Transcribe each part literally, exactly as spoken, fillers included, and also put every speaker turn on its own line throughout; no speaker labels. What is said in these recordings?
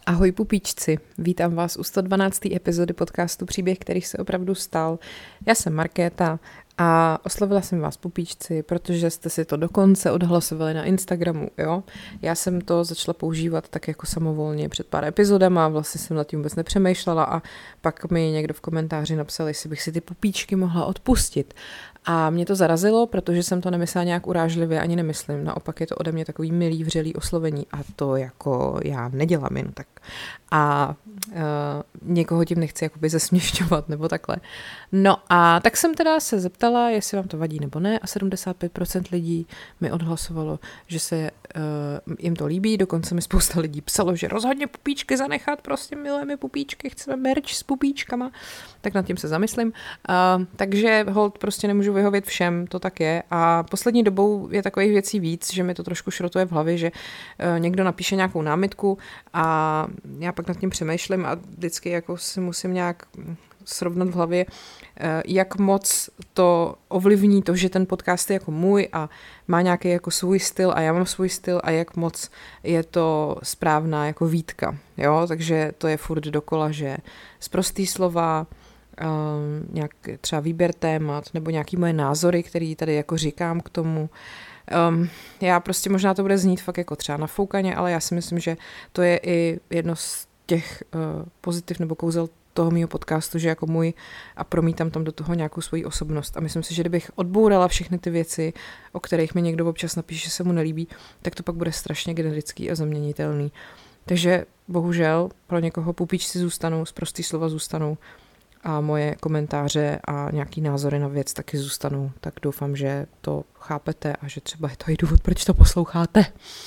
Ahoj pupíčci, vítám vás u sto dvanácté epizody podcastu Příběh, který se opravdu stal. Já jsem Markéta a oslovila jsem vás pupíčci, protože jste si to dokonce odhlasovali na Instagramu, jo. Já jsem to začala používat tak jako samovolně před pár epizodama, vlastně jsem nad tím vůbec nepřemýšlela a pak mi někdo v komentáři napsal, jestli bych si ty pupíčky mohla odpustit. A mě to zarazilo, protože jsem to nemyslela nějak urážlivě, ani nemyslím. Naopak je to ode mě takový milý, vřelý oslovení a to jako já nedělám jen tak. A uh, někoho tím nechci jakoby zesměšťovat nebo takhle. No a tak jsem teda se zeptala, jestli vám to vadí nebo ne a sedmdesát pět procent lidí mi odhlasovalo, že se uh, jim to líbí, dokonce mi spousta lidí psalo, že rozhodně pupíčky zanechat, prostě milujeme pupíčky, chceme merch s pupíčkama, tak nad tím se zamyslím. Uh, takže hold prostě nemůžu vyhovět všem, to tak je a poslední dobou je takových věcí víc, že mi to trošku šrotuje v hlavě, že uh, někdo napíše nějakou námitku a já pak nad tím přemýšlím a vždycky jako si musím nějak srovnat v hlavě, jak moc to ovlivní to, že ten podcast je jako můj a má nějaký jako svůj styl a já mám svůj styl a jak moc je to správná jako výtka, jo, takže to je furt dokola, že sprostý slova, um, nějak třeba výběr témat nebo nějaký moje názory, který tady jako říkám k tomu. Um, já prostě možná to bude znít fakt jako třeba nafoukaně, ale já si myslím, že to je i jedno z těch uh, pozitiv nebo kouzel toho mýho podcastu, že jako můj a promítám tam do toho nějakou svoji osobnost. A myslím si, že kdybych odbourala všechny ty věci, o kterých mi někdo občas napíše, že se mu nelíbí, tak to pak bude strašně generický a zaměnitelný. Takže bohužel pro někoho pupíčci zůstanou, sprostý slova zůstanou a moje komentáře a nějaký názory na věc taky zůstanou. Tak doufám, že to chápete a že třeba je to i důvod, proč to posloucháte.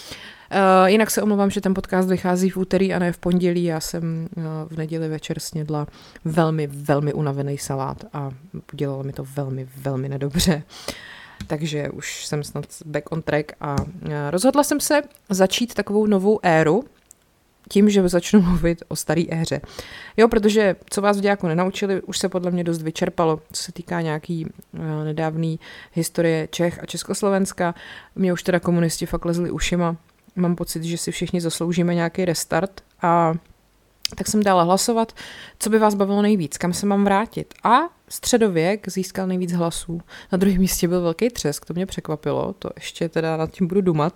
Uh, jinak se omlouvám, že ten podcast vychází v úterý a ne v pondělí. Já jsem uh, v neděli večer snědla velmi, velmi unavený salát a udělalo mi to velmi, velmi nedobře. Takže už jsem snad back on track a uh, rozhodla jsem se začít takovou novou éru tím, že začnu mluvit o staré éře. Jo, protože co vás v dějáku nenaučili, už se podle mě dost vyčerpalo, co se týká nějaký uh, nedávný historie Čech a Československa. Mě už teda komunisti fakt lezli ušima. Mám pocit, že si všichni zasloužíme nějaký restart a tak jsem dala hlasovat, co by vás bavilo nejvíc, kam se mám vrátit. A středověk získal nejvíc hlasů. Na druhém místě byl velký třesk, to mě překvapilo, to ještě teda nad tím budu dumat.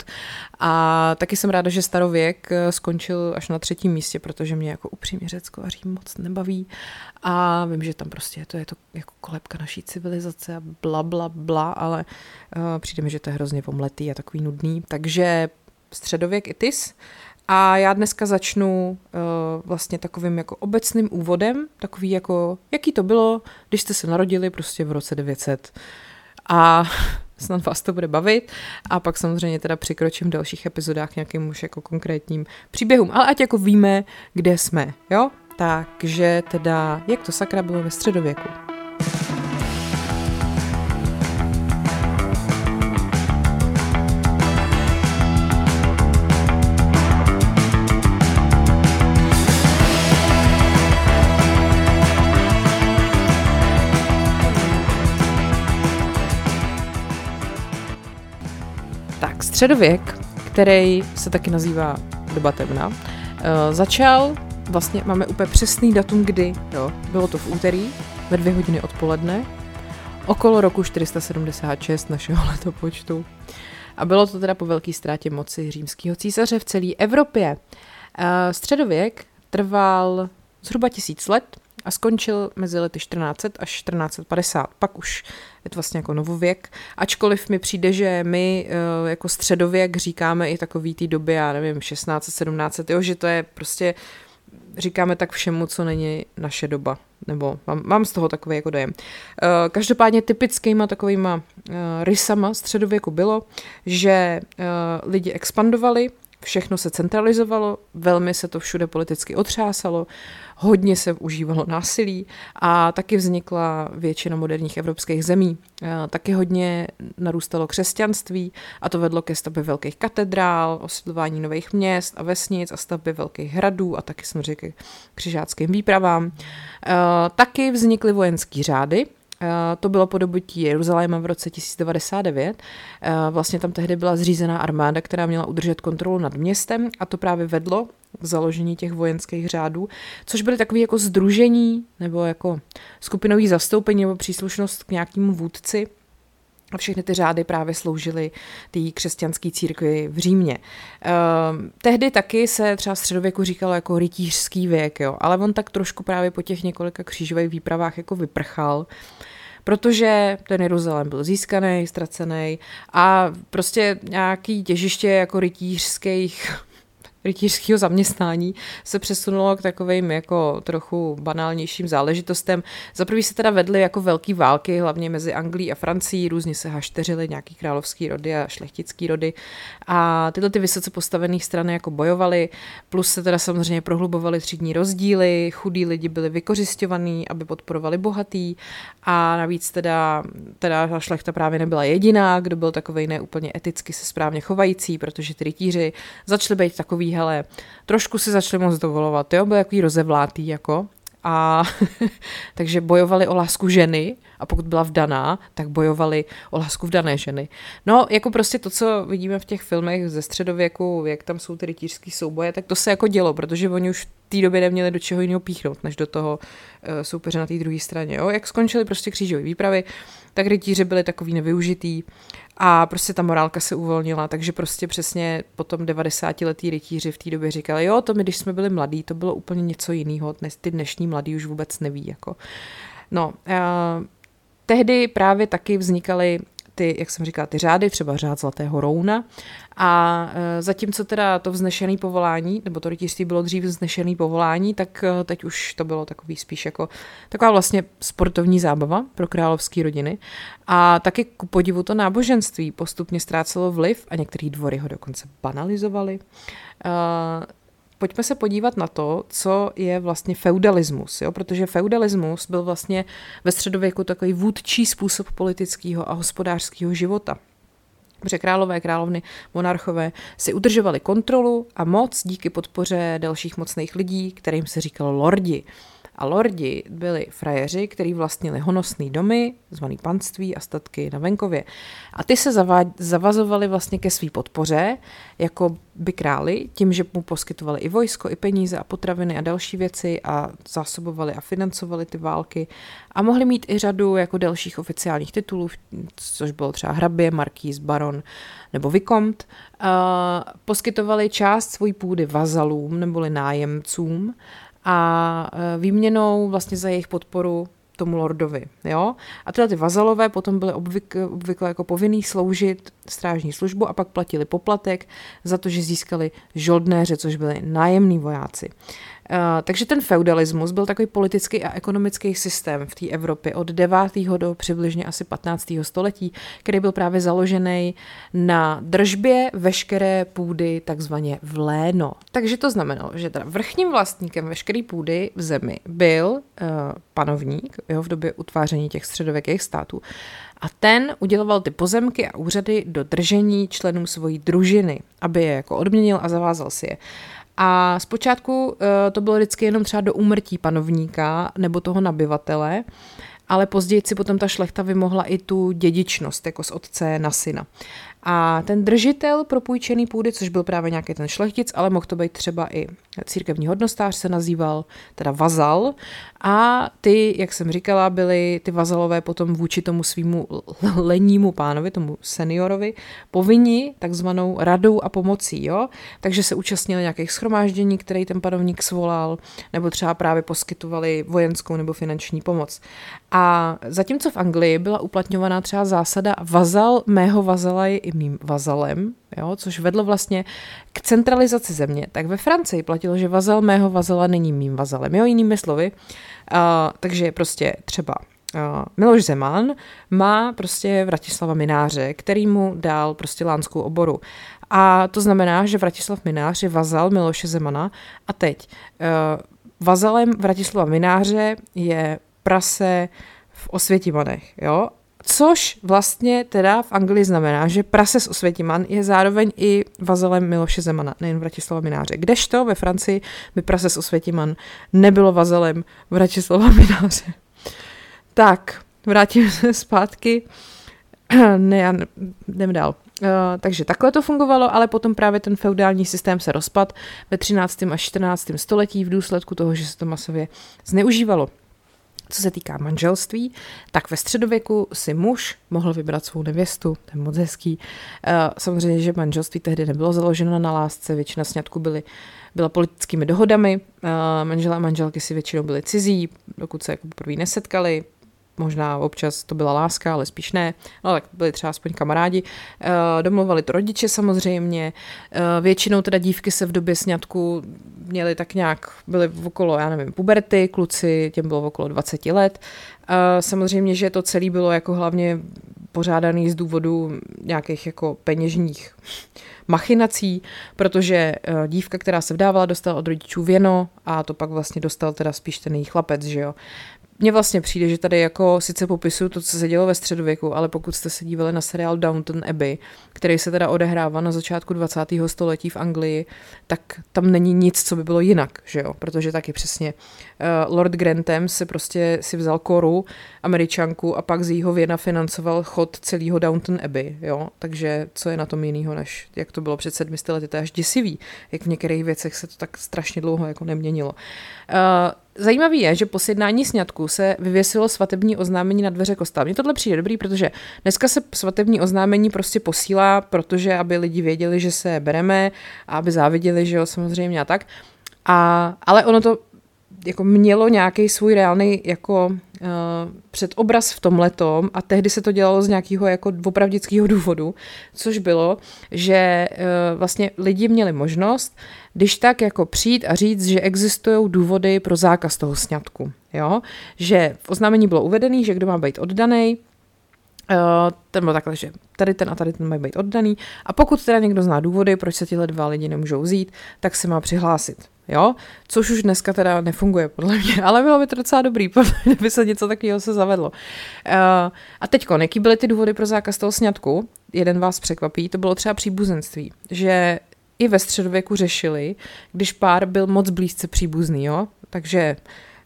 A taky jsem ráda, že starověk skončil až na třetím místě, protože mě jako upřímně Řecko a Řím moc nebaví. A vím, že tam prostě to je to jako kolébka naší civilizace a bla, bla, bla, ale uh, přijde mi, že to je hrozně pomletý a takový nudný. Takže středověk itis. A já dneska začnu uh, vlastně takovým jako obecným úvodem, takový jako, jaký to bylo, když jste se narodili prostě v roce devět set. A snad vás to bude bavit. A pak samozřejmě teda přikročím v dalších epizodách nějakým už jako konkrétním příběhům. Ale ať jako víme, kde jsme, jo? Takže teda, jak to sakra bylo ve středověku. Středověk, který se taky nazývá doba temna, začal, vlastně máme úplně přesný datum, kdy, jo, bylo to v úterý, ve dvě hodiny odpoledne, okolo roku čtyři sta sedmdesát šest našeho letopočtu. A bylo to teda po velké ztrátě moci římského císaře v celé Evropě. Středověk trval zhruba tisíc let a skončil mezi lety čtrnáct set až čtrnáct set padesát. Pak už je to vlastně jako novověk. Ačkoliv mi přijde, že my jako středověk říkáme i takový té době, já nevím, šestnáct set, sedmnáct set, jo, že to je prostě, říkáme tak všemu, co není naše doba. Nebo mám, mám z toho takový jako dojem. Každopádně typickýma takovýma rysama středověku bylo, že lidi expandovali, všechno se centralizovalo, velmi se to všude politicky otřásalo, hodně se užívalo násilí a taky vznikla většina moderních evropských zemí. Taky hodně narůstalo křesťanství a to vedlo ke stavbě velkých katedrál, osídlování nových měst a vesnic a stavbě velkých hradů a taky samozřejmě ke křižáckým výpravám. Taky vznikly vojenský řády, To bylo po dobutí Jeruzaléma v roce tisíc devadesát devět. Vlastně tam tehdy byla zřízená armáda, která měla udržet kontrolu nad městem a to právě vedlo k založení těch vojenských řádů, což byly takové jako sdružení nebo jako skupinový zastoupení nebo příslušnost k nějakému vůdci. A všechny ty řády právě sloužily té křesťanské církvi v Římě. Ehm, tehdy taky se třeba středověku říkalo jako rytířský věk, jo, ale on tak trošku právě po těch několika křížových výpravách jako vyprchal, protože ten Jeruzalém byl získaný, ztracený a prostě nějaký těžiště jako rytířských rytířského zaměstnání se přesunulo k takovým jako trochu banálnějším záležitostem. Za prvý se teda vedly jako velký války, hlavně mezi Anglií a Francií, různě se hašteřily nějaký královský rody a šlechtický rody a tyhle ty vysoce postavené strany jako bojovaly, plus se teda samozřejmě prohlubovaly třídní rozdíly, chudí lidi byli vykořisťovaní, aby podporovali bohatý a navíc teda, teda ta šlechta právě nebyla jediná, kdo byl takovej neúplně eticky se správně chovající, protože ty rytíři začali být takový hele, trošku si začali moc dovolovat, jo, byl takový rozevlátý, jako, a takže bojovali o lásku ženy a pokud byla vdaná, tak bojovali o lásku vdané ženy. No, jako prostě to, co vidíme v těch filmech ze středověku, jak tam jsou ty rytířský souboje, tak to se jako dělo, protože oni už v té době neměli do čeho jiného píchnout, než do toho uh, soupeře na té druhé straně, jo. Jak skončily prostě křížové výpravy, tak rytíři byli takový nevyužitý a prostě ta morálka se uvolnila, takže prostě přesně potom devadesátiletí rytíři v té době říkali, jo, to my, když jsme byli mladí, to bylo úplně něco jiného, dnes ty dnešní mladí už vůbec neví, jako. No, uh, tehdy právě taky vznikaly ty, jak jsem říkala, ty řády, třeba řád Zlatého rouna a e, zatímco teda to vznešené povolání, nebo to rytířství bylo dřív vznešené povolání, tak e, teď už to bylo takový spíš jako taková vlastně sportovní zábava pro královské rodiny a taky ku podivu to náboženství postupně ztrácelo vliv a některé dvory ho dokonce banalizovaly. E, Pojďme se podívat na to, co je vlastně feudalismus, jo? Protože feudalismus byl vlastně ve středověku takový vůdčí způsob politického a hospodářského života. Protože králové, královny, monarchové si udržovali kontrolu a moc díky podpoře dalších mocných lidí, kterým se říkalo lordi. A lordi byli frajeři, kteří vlastnili honosný domy, zvaný panství a statky na venkově. A ty se zava- zavazovali vlastně ke své podpoře, jako by králi, tím, že mu poskytovali i vojsko, i peníze a potraviny a další věci a zásobovali a financovali ty války. A mohli mít i řadu jako dalších oficiálních titulů, což bylo třeba hrabě, markýz, baron nebo vikont. Poskytovali část svojí půdy vazalům neboli nájemcům, a výměnou vlastně za jejich podporu tomu lordovi, jo. A teda ty vazalové potom byly obvykle, obvykle jako povinný sloužit strážní službu a pak platili poplatek za to, že získali žoldnéře, což byli nájemní vojáci. Uh, takže ten feudalismus byl takový politický a ekonomický systém v té Evropě od devátého do přibližně asi patnáctého století, který byl právě založený na držbě veškeré půdy takzvaně v léno. Takže to znamenalo, že teda vrchním vlastníkem veškeré půdy v zemi byl uh, panovník, jo, v době utváření těch středověkých států. A ten uděloval ty pozemky a úřady do držení členů svojí družiny, aby je jako odměnil a zavázal si je. A zpočátku uh, to bylo vždycky jenom třeba do úmrtí panovníka nebo toho nabyvatele, ale později si potom ta šlechta vymohla i tu dědičnost, jako z otce na syna. A ten držitel propůjčený půdy, což byl právě nějaký ten šlechtic, ale mohl to být třeba i církevní hodnostář, se nazýval teda vazal. A ty, jak jsem říkala, byly ty vazalové potom vůči tomu svýmu lennímu pánovi, tomu seniorovi, povinni takzvanou radou a pomocí, jo? Takže se účastnili nějakých shromáždění, který ten panovník svolal, nebo třeba právě poskytovali vojenskou nebo finanční pomoc. A zatímco v Anglii byla uplatňovaná třeba zásada vazal mého vazala je i mým vazalem, jo, což vedlo vlastně k centralizaci země, tak ve Francii platilo, že vazal mého vazala není mým vazalem, jo, jinými slovy. Uh, takže prostě třeba uh, Miloš Zeman má prostě Vratislava Mináře, který mu dal prostě lánskou oboru. A to znamená, že Vratislav Minář je vazal Miloše Zemana a teď uh, vazalem Vratislava Mináře je prase v Osvětimanech, jo. Což vlastně teda v Anglii znamená, že prase z Osvětiman je zároveň i vazalem Miloše Zemana, nejen Vratislava Mináře. Kdežto ve Francii by prase z Osvětiman nebylo vazalem Vratislava Mináře. Tak, vrátím se zpátky. Ne, já jdem dál. Uh, takže takhle to fungovalo, ale potom právě ten feudální systém se rozpad ve třináctém až čtrnáctém století v důsledku toho, že se to masově zneužívalo. Co se týká manželství, tak ve středověku si muž mohl vybrat svou nevěstu, to je moc hezký. Samozřejmě, že manželství tehdy nebylo založeno na lásce, většina sňatků byly, byla politickými dohodami, manželé a manželky si většinou byli cizí, dokud se jako poprvé nesetkali, možná občas to byla láska, ale spíš ne, no tak byli třeba aspoň kamarádi, domluvali to rodiče samozřejmě, většinou teda dívky se v době sňatku měly tak nějak, byly okolo, já nevím, puberty, kluci, těm bylo okolo dvacet let, samozřejmě, že to celé bylo jako hlavně pořádaný z důvodu nějakých jako peněžních machinací, protože dívka, která se vdávala, dostala od rodičů věno a to pak vlastně dostal teda spíš ten její chlapec, že jo. Mně vlastně přijde, že tady jako sice popisuju to, co se dělo ve středověku, ale pokud jste se dívali na seriál Downton Abbey, který se teda odehrává na začátku dvacátého století v Anglii, tak tam není nic, co by bylo jinak, že jo, protože taky přesně uh, Lord Grantham se prostě si vzal Koru, Američanku a pak z jeho věna financoval chod celého Downton Abbey, jo, takže co je na tom jinýho, než jak to bylo před sedmi lety, to je až děsivý, jak v některých věcech se to tak strašně dlouho jako neměnilo. Uh, Zajímavý je, že po sjednání sňatku se vyvěsilo svatební oznámení na dveře kostela. Mně tohle přijde dobrý, protože dneska se svatební oznámení prostě posílá, protože aby lidi věděli, že se bereme a aby záviděli, že jo, samozřejmě a tak. A, ale ono to jako mělo nějaký svůj reálný jako uh, předobraz v tomhletom a tehdy se to dělalo z nějakého jako opravdického důvodu, což bylo, že uh, vlastně lidi měli možnost, když tak jako přijít a říct, že existují důvody pro zákaz toho sňatku, jo? Že v oznámení bylo uvedený, že kdo má být oddaný, uh, ten byl takhle, že tady ten a tady ten mají být oddaný a pokud teda někdo zná důvody, proč se tyhle dva lidi nemůžou vzít, tak se má přihlásit. Jo, což už dneska teda nefunguje podle mě, ale bylo by to docela dobrý, kdyby se něco takového se zavedlo. Uh, a teďko, jaký byly ty důvody pro zákaz toho sňatku? Jeden vás překvapí, to bylo třeba příbuzenství, že i ve středověku řešili, když pár byl moc blízce příbuzný, jo, takže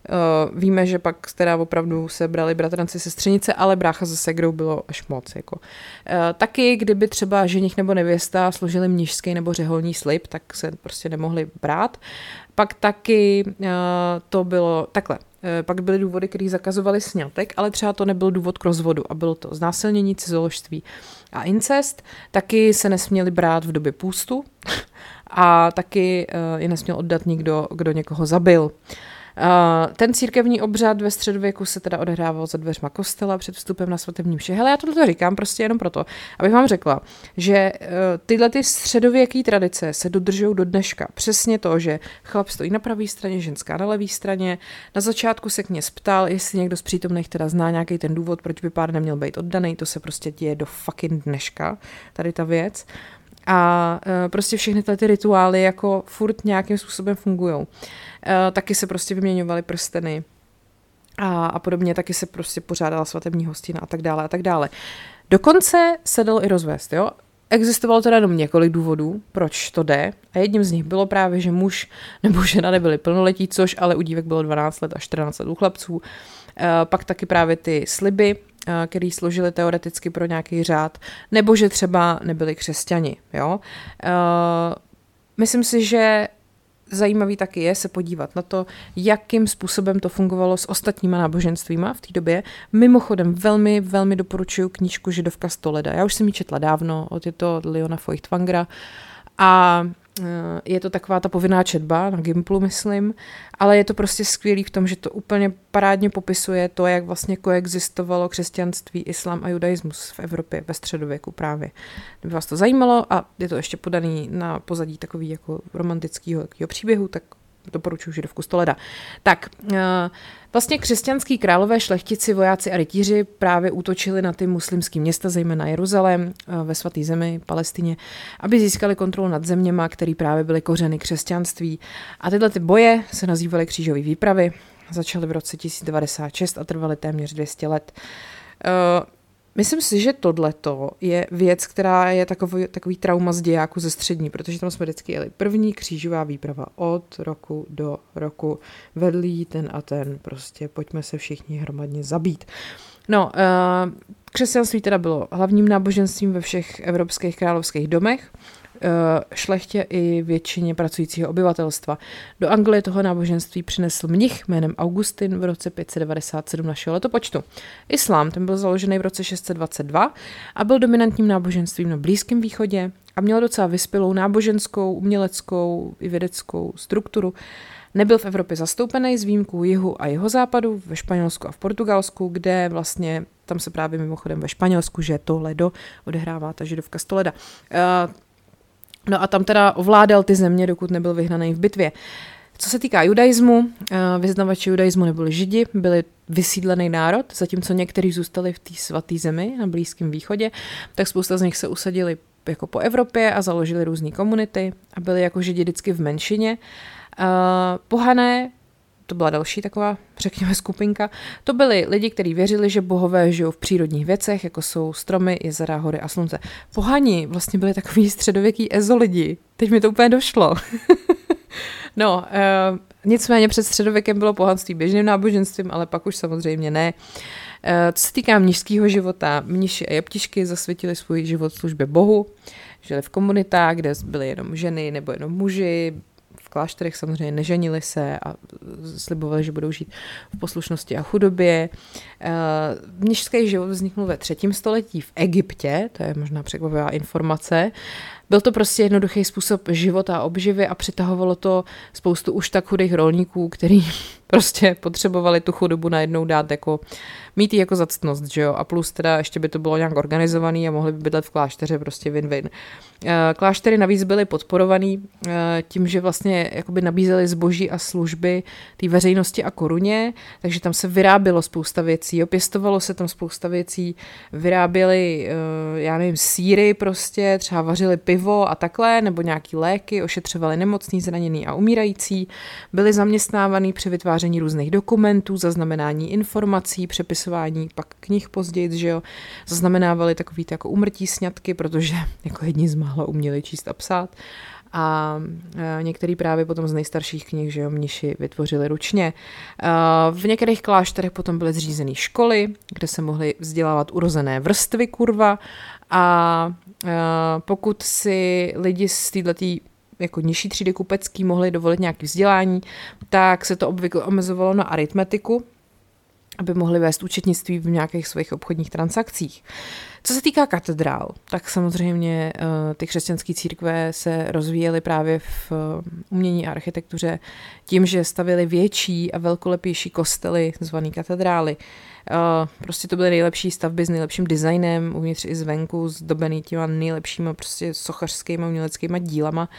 Uh, víme, že pak teda opravdu se brali bratranci, sestřenice, ale brácha se segrou bylo až moc. Jako. Uh, taky, kdyby třeba ženich nebo nevěsta složili mnišský nebo řeholní slib, tak se prostě nemohli brát. Pak taky uh, to bylo takhle. Uh, pak byly důvody, které zakazovaly sňatek, ale třeba to nebyl důvod k rozvodu a bylo to znásilnění, cizoložství a incest. Taky se nesměli brát v době půstu a taky uh, je nesměl oddat nikdo, kdo někoho zabil. Uh, ten církevní obřad ve středověku se teda odehrával za dveřma kostela před vstupem na svatební mši. Hele, já tohle říkám prostě jenom proto, abych vám řekla, že uh, tyhle ty středověké tradice se dodržují do dneška. Přesně to, že chlap stojí na pravé straně, ženská na levé straně. Na začátku se kněz ptal, jestli někdo z přítomných teda zná nějaký ten důvod, proč by pár neměl být oddaný. To se prostě děje do fucking dneška, tady ta věc. A e, prostě všechny ty rituály jako furt nějakým způsobem fungujou. E, taky se prostě vyměňovaly prsteny a, a podobně, taky se prostě pořádala svatební hostina a tak dále a tak dále. Dokonce se dalo i rozvést, jo. Existovalo teda jenom několik důvodů, proč to jde a jedním z nich bylo právě, že muž nebo žena nebyli plnoletí, což ale u dívek bylo dvanáct let až čtrnáct let u chlapců. E, pak taky právě ty sliby, který složili teoreticky pro nějaký řád, nebo že třeba nebyli křesťani. Jo? Uh, myslím si, že zajímavý taky je se podívat na to, jakým způsobem to fungovalo s ostatníma náboženstvíma v té době. Mimochodem velmi, velmi doporučuji knížku Židovka sto leda. Já už jsem ji četla dávno, od je to Leona Feuchtwangera a je to taková ta povinná četba na Gimplu, myslím, ale je to prostě skvělý v tom, že to úplně parádně popisuje to, jak vlastně koexistovalo křesťanství, islám a judaismus v Evropě ve středověku právě. Kdyby vás to zajímalo a je to ještě podaný na pozadí takový jako romantického příběhu, tak doporučuji Židovku sto leda. Tak, vlastně křesťanský králové, šlechtici, vojáci a rytíři právě útočili na ty muslimský města, zejména Jeruzalém, ve svatý zemi, Palestině, aby získali kontrolu nad zeměma, které právě byly kořeny křesťanství. A tyhle ty boje se nazývaly křížové výpravy, začaly v roce tisíc devadesát šest a trvaly téměř dvě stě let. Myslím si, že tohleto je věc, která je takový, takový trauma z dějáku ze střední, protože tam jsme vždycky jeli první křížová výprava od roku do roku. Vedlí ten a ten, prostě pojďme se všichni hromadně zabít. No, křesťanství teda bylo hlavním náboženstvím ve všech evropských královských domech, šlechtě i většině pracujícího obyvatelstva. Do Anglie toho náboženství přinesl mnich jménem Augustin v roce pět set devadesát sedm našeho letopočtu. Islám, ten byl založený v roce šest set dvacet dva a byl dominantním náboženstvím na Blízkém východě a měl docela vyspělou náboženskou, uměleckou i vědeckou strukturu. Nebyl v Evropě zastoupený s výjimkou jihu a jihozápadu, ve Španělsku a v Portugalsku, kde vlastně, tam se právě mimochodem ve Španělsku, že Toledo odehrává ta židovka z Toleda. Uh, No a tam teda ovládal ty země, dokud nebyl vyhnaný v bitvě. Co se týká judaismu, vyznavači judaismu nebyli židi, byli vysídlený národ, zatímco někteří zůstali v té svaté zemi na Blízkém východě, tak spousta z nich se usadili jako po Evropě a založili různé komunity a byli jako židi vždycky v menšině. Pohané, to byla další taková, řekněme, skupinka, to byli lidi, kteří věřili, že bohové žijou v přírodních věcech, jako jsou stromy, jezera, hory a slunce. Pohani vlastně byli takový středověký ezolidi. Teď mi to úplně došlo. No, e, nicméně před středověkem bylo pohanství běžným náboženstvím, ale pak už samozřejmě ne. E, co se týká mnišského života, mniši a jeptišky zasvětili svůj život službě Bohu, žili v komunitách, kde byly jenom ženy nebo jenom muži, v klášterech samozřejmě neženili se a slibovali, že budou žít v poslušnosti a chudobě. Mnišský život vzniknul ve třetím století v Egyptě, to je možná překvapivá informace. Byl to prostě jednoduchý způsob života a obživy a přitahovalo to spoustu už tak chudých rolníků, který prostě potřebovali tu chudobu najednou dát jako, mít jí jako za ctnost, že jo, a plus teda ještě by to bylo nějak organizovaný a mohli by bydlet v klášteře, prostě win-win. Kláštery navíc byly podporovaný tím, že vlastně jakoby nabízely zboží a služby té veřejnosti a koruně, takže tam se vyrábělo spousta věcí, jo, pěstovalo se tam spousta věcí, vyráběli, já nevím, sýry prostě, třeba vařili pivo a takhle, nebo nějaký léky, ošetřovali nemocný, zraněný a umírající, byli zaměstnávaný při vytváření různých dokumentů, zaznamenání informací, přepisování pak knih později, že jo, zaznamenávali takový jako úmrtí sňatky, protože jako jedni z mála uměli číst a psát. A některý právě potom z nejstarších knih, že jo, mniši vytvořili ručně. V některých klášterech potom byly zřízeny školy, kde se mohly vzdělávat urozené vrstvy, kurva, a pokud si lidi z této jako nižší třídy kupecký mohli dovolit nějaké vzdělání, tak se to obvykle omezovalo na aritmetiku, aby mohli vést účetnictví v nějakých svých obchodních transakcích. Co se týká katedrál, tak samozřejmě uh, ty křesťanské církve se rozvíjely právě v uh, umění a architektuře tím, že stavěly větší a velkolepější kostely, zvané katedrály. Uh, prostě to byly nejlepší stavby s nejlepším designem, uvnitř i zvenku, zdobený těma nejlepšíma prostě sochařskýma uměleckýma dílama.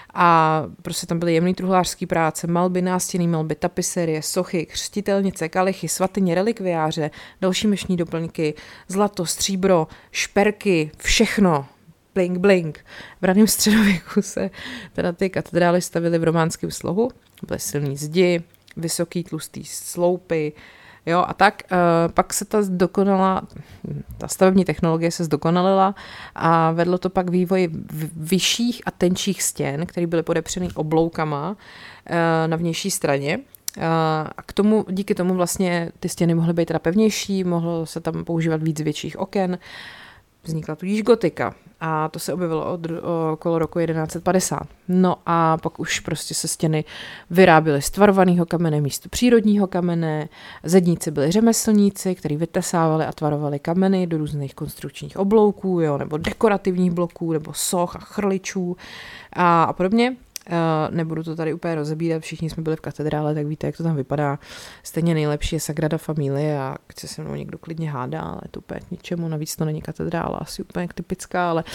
A prostě tam byly jemný truhlářský práce, malby, nástěnný malby, tapiserie, sochy, křtitelnice, kalichy, svatyně, relikviáře, další mešní doplňky, zlato, stříbro, šperky, všechno. Blink, blink. V raném středověku se teda ty katedrály stavily v románském slohu, byly silný zdi, vysoký tlustý sloupy, jo, a tak uh, pak se ta dokonala, ta stavební technologie se zdokonalila a vedlo to pak vývoj vyšších a tenčích stěn, které byly podepřeny obloukama uh, na vnější straně. Uh, a k tomu, díky tomu vlastně ty stěny mohly být teda pevnější, mohlo se tam používat víc větších oken, vznikla tudíž gotika. A to se objevilo od, okolo roku jedenáct set padesát. No a pak už prostě se stěny vyráběly z tvarovaného kamene místo přírodního kamene. Zedníci byli řemeslníci, kteří vytesávali a tvarovali kameny do různých konstrukčních oblouků, jo, nebo dekorativních bloků, nebo soch a chrličů a, a podobně. Uh, nebudu to tady úplně rozebírat, všichni jsme byli v katedrále, tak víte, jak to tam vypadá. Stejně nejlepší je Sagrada Familia a chce se mnou někdo klidně hádá, ale to úplně k ničemu, navíc to není katedrála, asi úplně typická, ale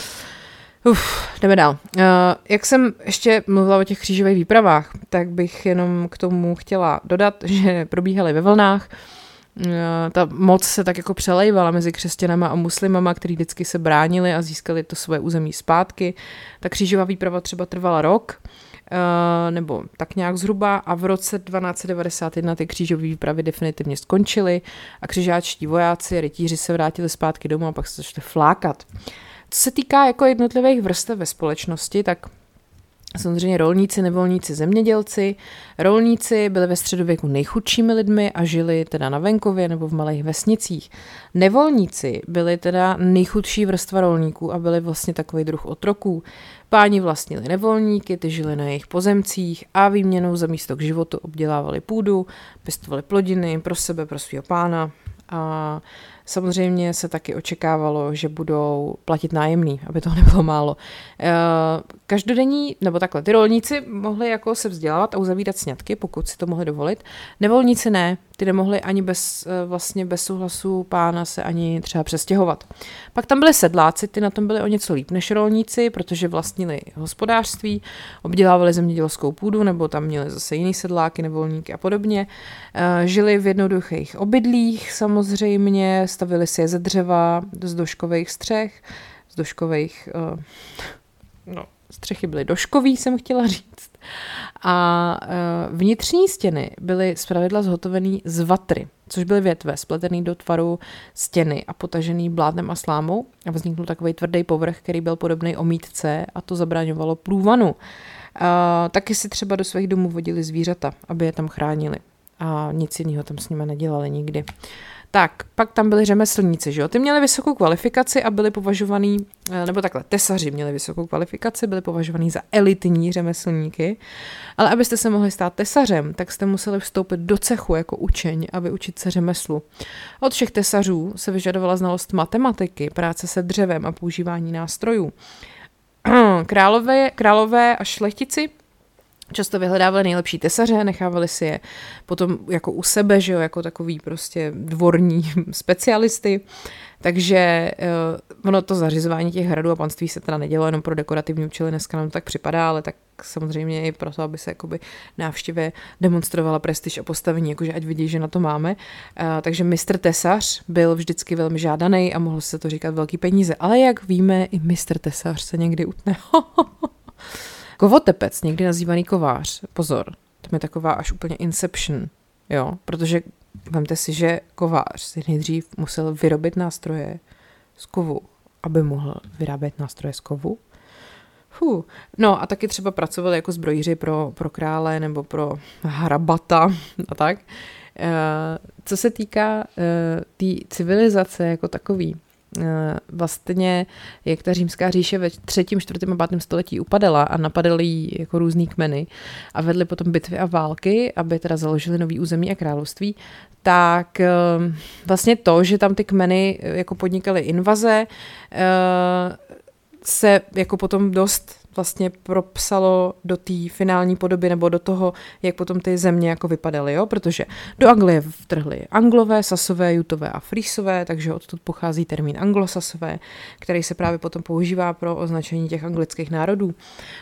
uf, jdeme dál. Uh, jak jsem ještě mluvila o těch křížových výpravách, tak bych jenom k tomu chtěla dodat, že probíhaly ve vlnách. ta moc se tak jako přelejvala mezi křesťanama a muslimama, kteří vždycky se bránili a získali to své území zpátky. Ta křížová výprava třeba trvala rok, nebo tak nějak zhruba, a v roce dvanáct set devadesát jedna ty křížové výpravy definitivně skončily a křižáčtí vojáci, rytíři se vrátili zpátky domů a pak se začali flákat. Co se týká jako jednotlivých vrstev ve společnosti, tak samozřejmě rolníci, nevolníci, zemědělci. Rolníci byli ve středověku nejchudšími lidmi a žili teda na venkově nebo v malých vesnicích. Nevolníci byli teda nejchudší vrstva rolníků a byli vlastně takový druh otroků. Páni vlastnili nevolníky, ty žili na jejich pozemcích a výměnou za místo k životu obdělávali půdu, pěstovali plodiny pro sebe, pro svého pána. A samozřejmě se taky očekávalo, že budou platit nájemný, aby toho nebylo málo. Každodenní, nebo takhle, ty rolníci mohli jako se vzdělávat a uzavírat sňatky, pokud si to mohli dovolit. Nevolníci ne, ty nemohli ani bez, vlastně bez souhlasu pána se ani třeba přestěhovat. Pak tam byli sedláci, ty na tom byli o něco líp než rolníci, protože vlastnili hospodářství, obdělávali zemědělskou půdu, nebo tam měli zase jiný sedláky, nevolníky a podobně. Žili v jednoduchých obydlích samozřejmě, stavili si je ze dřeva, z doškových střech, z doškových, uh, no, střechy byly doškový, jsem chtěla říct. A uh, vnitřní stěny byly zpravidla zhotovený z vatry, což byly větve spletený do tvaru stěny a potažený blátnem a slámou a vzniknul takový tvrdý povrch, který byl podobný omítce a to zabraňovalo průvanu. Uh, taky si třeba do svých domů vodili zvířata, aby je tam chránili a nic jiného tam s nimi nedělali nikdy. Tak, pak tam byli řemeslníci, že jo? Ty měli vysokou kvalifikaci a byli považovaný, nebo takhle, tesaři měli vysokou kvalifikaci, byli považovaný za elitní řemeslníky, ale abyste se mohli stát tesařem, tak jste museli vstoupit do cechu jako učeň a vyučit se řemeslu. Od všech tesařů se vyžadovala znalost matematiky, práce se dřevem a používání nástrojů. Králové, králové a šlechtici často vyhledávali nejlepší tesaře, nechávali si je potom jako u sebe, že jo, jako takový prostě dvorní specialisty. Takže uh, ono to zařizování těch hradů a panství se teda nedělo jenom pro dekorativní účely, dneska nám to tak připadá, ale tak samozřejmě i proto, aby se jakoby návštěvě demonstrovala prestiž a postavení, jakože ať vidí, že na to máme. Uh, takže mistr tesař byl vždycky velmi žádaný a mohlo se to říkat velký peníze, ale jak víme, i mistr tesař se někdy utne. Kovotepec, někdy nazývaný kovář, pozor, to je taková až úplně inception, jo, protože vemte si, že kovář si nejdřív musel vyrobit nástroje z kovu, aby mohl vyrábět nástroje z kovu. Fuh. No a taky třeba pracovali jako zbrojíři pro, pro krále nebo pro hrabata a tak. E, co se týká té e, civilizace jako takový, vlastně jak ta římská říše ve třetím, čtvrtém a pátém století upadala a napadali jí jako různý kmeny a vedli potom bitvy a války, aby teda založili nový území a království, tak vlastně to, že tam ty kmeny jako podnikaly invaze, se jako potom dost vlastně propsalo do té finální podoby nebo do toho, jak potom ty země jako vypadaly, jo? Protože do Anglie vtrhly Anglové, Sasové, Jutové a Frýsové, takže odtud pochází termín anglosasové, který se právě potom používá pro označení těch anglických národů.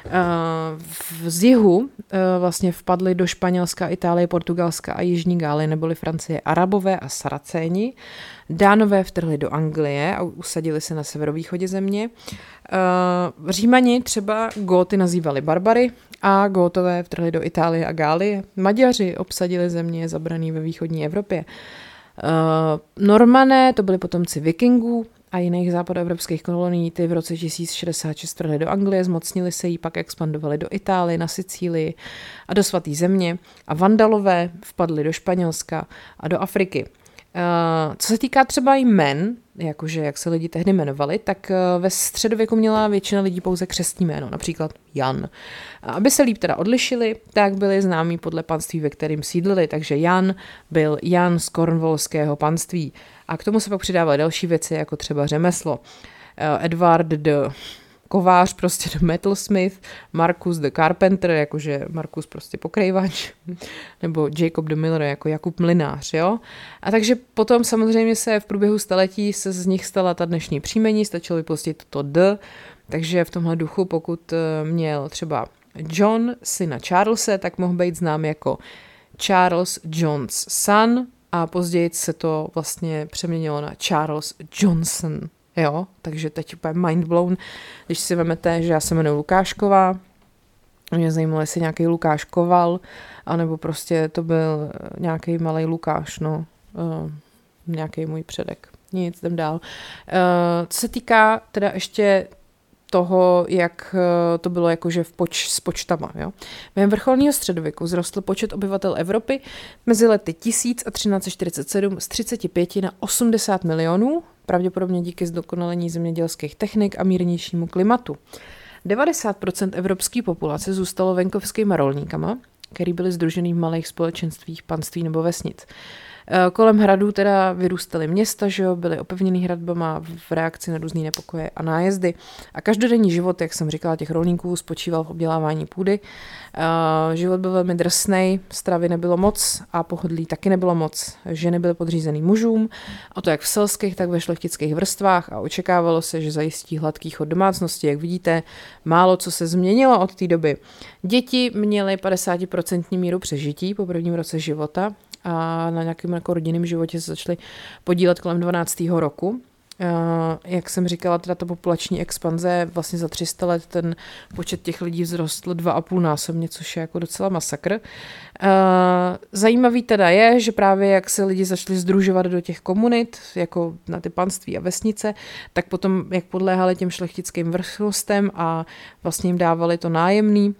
Z jihu vlastně vpadly do Španělska, Itálie, Portugalska a Jižní Gálie neboli Francie Arabové a Saracéni. Dánové vtrhli do Anglie a usadili se na severovýchodě země. Uh, Římani třeba Góty nazývali barbary a Gótové vtrhli do Itálie a Gálie. Maďaři obsadili země zabraný ve východní Evropě. Uh, Normané, to byli potomci vikingů a jiných západoevropských kolonií, ty v roce tisíc šedesát šest vtrhli do Anglie, zmocnili se jí, pak expandovali do Itálie, na Sicílii a do svaté země. A Vandalové vpadli do Španělska a do Afriky. Uh, co se týká třeba jmen, jakože jak se lidi tehdy jmenovali, tak uh, ve středověku měla většina lidí pouze křestní jméno, například Jan. A aby se líp teda odlišili, tak byli známí podle panství, ve kterým sídlili, takže Jan byl Jan z Cornwallského panství. A k tomu se pak přidávaly další věci, jako třeba řemeslo. Uh, Edward de kovář, prostě the metalsmith, Marcus the carpenter, jakože Marcus prostě pokrývač, nebo Jacob the miller, jako Jakub mlynář, jo. A takže potom samozřejmě se v průběhu staletí se z nich stala ta dnešní příjmení, stačilo vypustit to d, takže v tomhle duchu, pokud měl třeba John syna Charlese, tak mohl být znám jako Charles John's son, a později se to vlastně přeměnilo na Charles Johnson. Jo, takže teď úplně mind blown, když si vemete, že já se jmenuji Lukášková, mě zajímalo, jestli nějaký Lukáš Koval, anebo prostě to byl nějaký malej Lukáš, no, uh, nějaký můj předek. Nic, jdem dál. Uh, co se týká teda ještě toho, jak to bylo jakože v poč, s počtama. Jo? Během vrcholného středověku vzrostl počet obyvatel Evropy mezi lety tisíc a třináct set čtyřicet sedm z třicet pět na osmdesát milionů, pravděpodobně díky zdokonalení zemědělských technik a mírnějšímu klimatu. devadesát procent evropské populace zůstalo venkovskými rolníkama, který byli sdružený v malých společenstvích, panství nebo vesnic. Kolem hradů teda vyrůstaly města, že jo, byly opevněný hradbama v reakci na různý nepokoje a nájezdy. A každodenní život, jak jsem říkala, těch rolníků spočíval v obdělávání půdy. Uh, život byl velmi drsnej, stravy nebylo moc a pohodlí taky nebylo moc. Ženy byly podřízený mužům, a to jak v selských, tak ve šlechtických vrstvách a očekávalo se, že zajistí hladký chod domácnosti. Jak vidíte, málo co se změnilo od té doby. Děti měly padesát procent míru přežití po prvním roce života a na nějakém jako rodinném životě se začaly podílet kolem dvanáctého roku. Uh, jak jsem říkala, teda ta populační expanze, vlastně za tři sta let ten počet těch lidí vzrostl dva a půl násobně, což je jako docela masakr. Uh, zajímavý teda je, že právě jak se lidi začali sdružovat do těch komunit, jako na ty panství a vesnice, tak potom jak podléhali těm šlechtickým vrchlostem a vlastně jim dávali to nájemný,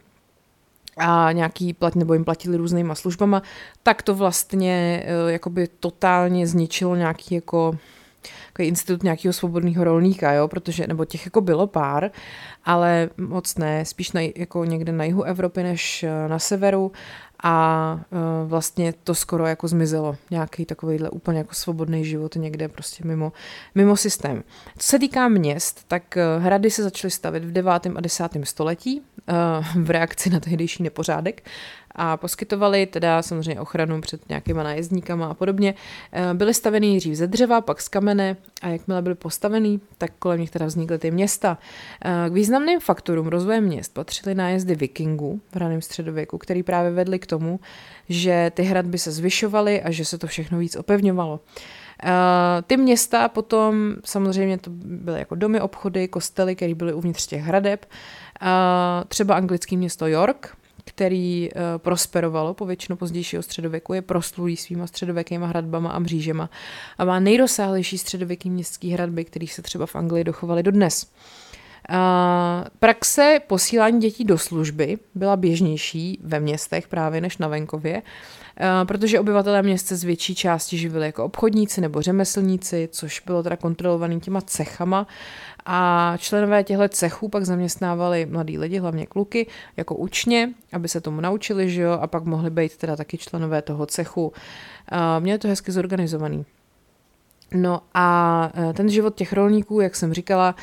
a nějaký plat, nebo jim platili různýma službama, tak to vlastně jakoby totálně zničilo nějaký jako institut nějakého svobodného rolníka, jo, protože, nebo těch jako bylo pár, ale moc ne, spíš na, jako někde na jihu Evropy než na severu a uh, vlastně to skoro jako zmizelo. Nějaký takovýhle úplně jako svobodný život někde prostě mimo, mimo systém. Co se týká měst, tak uh, hrady se začaly stavět v devátém a desátém století uh, v reakci na tehdejší nepořádek a poskytovali teda samozřejmě ochranu před nějakýma nájezdníkama a podobně. Byly stavený dřív ze dřeva, pak z kamene a jakmile byly postavený, tak kolem nich teda vznikly ty města. K významným faktorům rozvoje měst patřily nájezdy vikingů v raném středověku, který právě vedly k tomu, že ty hradby se zvyšovaly a že se to všechno víc opevňovalo. Uh, ty města potom samozřejmě to byly jako domy, obchody, kostely, které byly uvnitř těch hradeb. Uh, třeba anglické město York, který uh, prosperovalo po většinu pozdějšího středověku, je proslulý svýma středověkýma hradbama a mřížema a má nejrozsáhlejší středověký městský hradby, které se třeba v Anglii dochovaly dodnes. Uh, praxe posílání dětí do služby byla běžnější ve městech právě než na venkově, uh, protože obyvatelé měst se z větší části živili jako obchodníci nebo řemeslníci, což bylo teda kontrolovaný těma cechama a členové těchto cechů pak zaměstnávali mladý lidi, hlavně kluky, jako učně, aby se tomu naučili, že jo, a pak mohli být teda taky členové toho cechu. Uh, měli to hezky zorganizovaný. No a ten život těch rolníků, jak jsem říkala,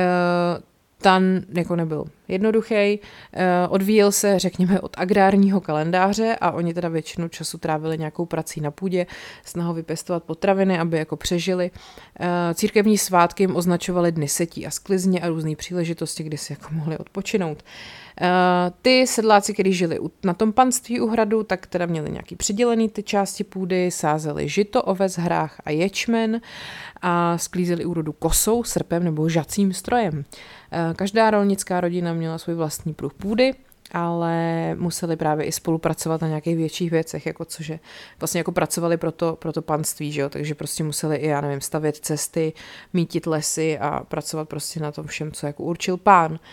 ten jako nebyl jednoduchý, odvíjel se, řekněme, od agrárního kalendáře a oni teda většinu času trávili nějakou prací na půdě, snahou vypěstovat potraviny, aby jako přežili. Církevní svátky jim označovaly dny setí a sklizně a různé příležitosti, kdy si jako mohli odpočinout. Ty sedláci, kteří žili na tom panství u hradu, tak teda měli nějaký přidělený ty části půdy, sázeli žito, oves, hrách a ječmen a sklízeli úrodu kosou, srpem nebo žacím strojem. Každá rolnická rodina měla svůj vlastní pruh půdy, ale museli právě i spolupracovat na nějakých větších věcech, jako cože vlastně jako pracovali pro to, pro to panství, že jo? Takže prostě museli i, já nevím, stavět cesty, mítit lesy a pracovat prostě na tom všem, co jako určil pán. Uh,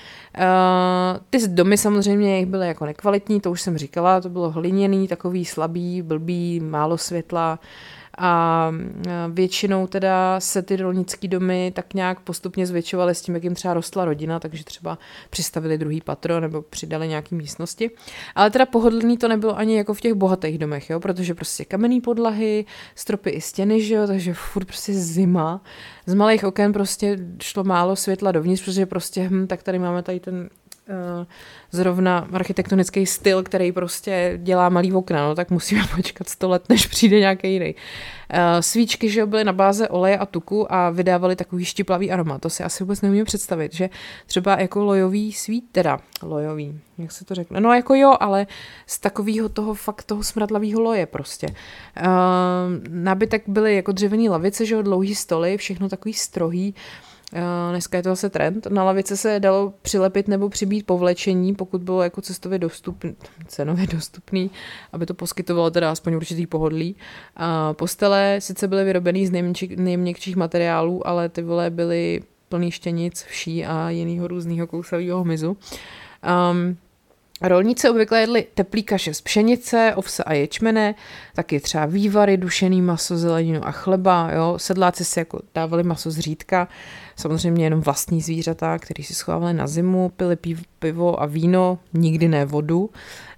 ty domy samozřejmě jich byly jako nekvalitní, to už jsem říkala, to bylo hliněný, takový slabý, blbý, málo světla, a většinou teda se ty rolnické domy tak nějak postupně zvětšovaly s tím, jak jim třeba rostla rodina, takže třeba přistavili druhý patro nebo přidali nějaké místnosti. Ale teda pohodlný to nebylo ani jako v těch bohatých domech, jo, protože prostě kamenný podlahy, stropy i stěny, že jo, takže furt prostě zima. Z malých oken prostě šlo málo světla dovnitř, protože prostě hm, tak tady máme tady ten uh, zrovna architektonický styl, který prostě dělá malý okna, no tak musíme počkat sto let, než přijde nějaký jiný. Uh, svíčky, že byly na báze oleje a tuku a vydávaly takový štiplavý aroma. To si asi vůbec neumím představit, že třeba jako lojový svít, teda lojový, jak se to řekne, no jako jo, ale z takového toho fakt toho smradlavého loje prostě. Uh, nabytek byly jako dřevěný lavice, že jo, dlouhý stoly, všechno takový strohý. Uh, dneska je to zase trend. Na lavice se dalo přilepit nebo přibít povlečení, pokud bylo jako cestově dostupný, cenově dostupný, aby to poskytovalo teda aspoň určitý pohodlí. Uh, postele sice byly vyrobený z nejměkčích materiálů, ale ty vole byly plný štěnic, vší a jinýho různýho kousavého hmyzu. Um, Rolníci obvykle jedli teplý kaše z pšenice, ovse a ječmene, taky třeba vývary, dušený maso, zeleninu a chleba. Jo. Sedláci si jako dávali maso z řídka, samozřejmě jenom vlastní zvířata, který si schovávali na zimu, pili pivo a víno, nikdy ne vodu.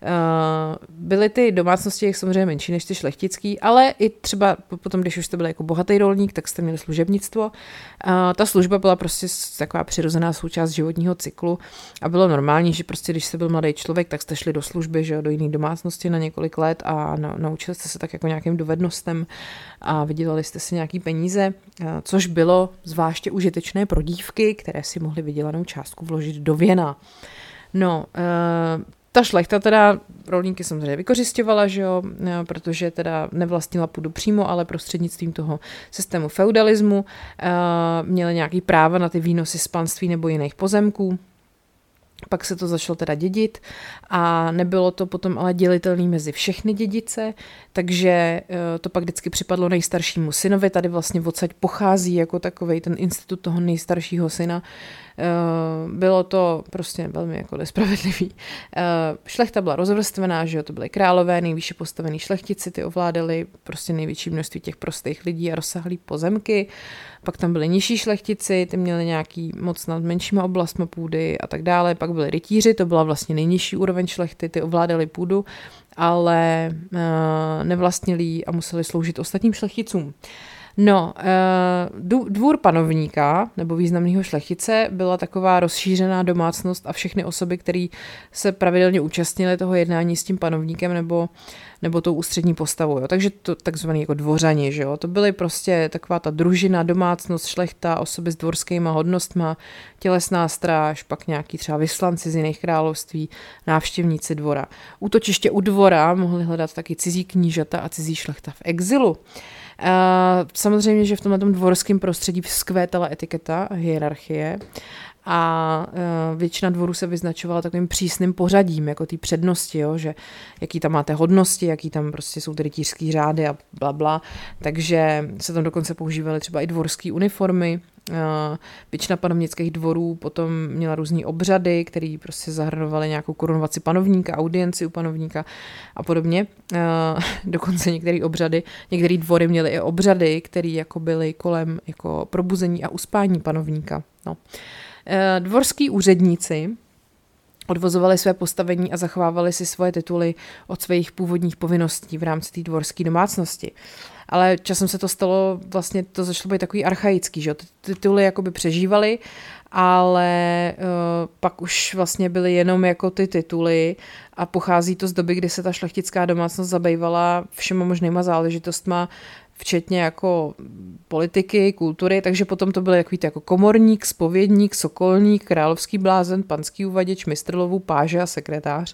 Byly ty domácnosti jak samozřejmě menší než ty šlechtický, ale i třeba potom, když už jste byli jako bohatý rolník, tak jste měli služebnictvo. Ta služba byla prostě taková přirozená součást životního cyklu a bylo normální, že prostě když jste byl mladý člověk, tak jste šli do služby, že do jiné domácnosti na několik let a naučili jste se tak jako nějakým dovednostem a vydělali jste si nějaký peníze, což bylo zvláště užitečné pro dívky, které si mohly vydělanou částku vložit do věna. No, ta šlechta teda rolníky samozřejmě vykořisťovala, že jo, protože teda nevlastnila půdu přímo, ale prostřednictvím toho systému feudalismu měli nějaký práva na ty výnosy z panství nebo jiných pozemků. Pak se to začalo teda dědit a nebylo to potom ale dělitelný mezi všechny dědice, takže to pak vždycky připadlo nejstaršímu synovi, tady vlastně odsaď pochází jako takovej ten institut toho nejstaršího syna. Bylo to prostě velmi jako nespravedlivý. Šlechta byla rozvrstvená, že jo, to byly králové, nejvýše postavený šlechtici, ty ovládali prostě největší množství těch prostých lidí a rozsáhlý pozemky. Pak tam byli nižší šlechtici, ty měli nějaký moc nad menšíma oblastmi půdy a tak dále. Pak byli rytíři, to byla vlastně nejnižší úroveň šlechty, ty ovládali půdu, ale nevlastnili ji a museli sloužit ostatním šlechticům. No, dvůr panovníka nebo významného šlechtice byla taková rozšířená domácnost a všechny osoby, které se pravidelně účastnily toho jednání s tím panovníkem nebo, nebo tou ústřední postavou. Jo. Takže to takzvaný jako dvořani, že jo. To byly prostě taková ta družina, domácnost, šlechta, osoby s dvorskýma hodnostma, tělesná stráž, pak nějaký třeba vyslanci z jiných království, návštěvníci dvora. Útočiště u dvora mohli hledat taky cizí knížata a cizí šlechta v exilu. Uh, samozřejmě, že v tomhle dvorském prostředí vzkvétala etiketa a hierarchie a uh, většina dvorů se vyznačovala takovým přísným pořadím, jako ty přednosti, jo, že jaký tam máte hodnosti, jaký tam prostě jsou ty rytířský řády a blabla, takže se tam dokonce používaly třeba i dvorské uniformy. Uh, většina panovnických dvorů potom měla různý obřady, které prostě zahrnovaly nějakou korunovaci panovníka, audienci u panovníka a podobně. Uh, dokonce některé obřady, některé dvory měly i obřady, které jako byly kolem jako probuzení a uspání panovníka. No. Uh, dvorský úředníci odvozovali své postavení a zachovávali si svoje tituly od svých původních povinností v rámci té dvorské domácnosti. Ale časem se to stalo, vlastně to začalo být takový archaický, že ty tituly jakoby přežívaly, ale uh, pak už vlastně byly jenom jako ty tituly a pochází to z doby, kdy se ta šlechtická domácnost zabývala všema možnýma záležitostma, včetně jako politiky, kultury, takže potom to byly takový jako komorník, zpovědník, sokolník, královský blázen, panský uvaděč, mistrlovů, páže a sekretář.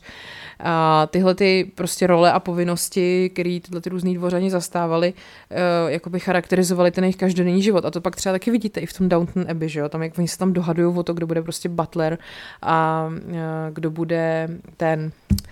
A tyhle ty prostě role a povinnosti, které tyhle ty různý dvořani zastávali, uh, jakoby charakterizovaly ten jejich každodenní život. A to pak třeba taky vidíte i v tom Downton Abbey, že jo? Tam jak oni se tam dohadují o to, kdo bude prostě butler a uh, kdo bude ten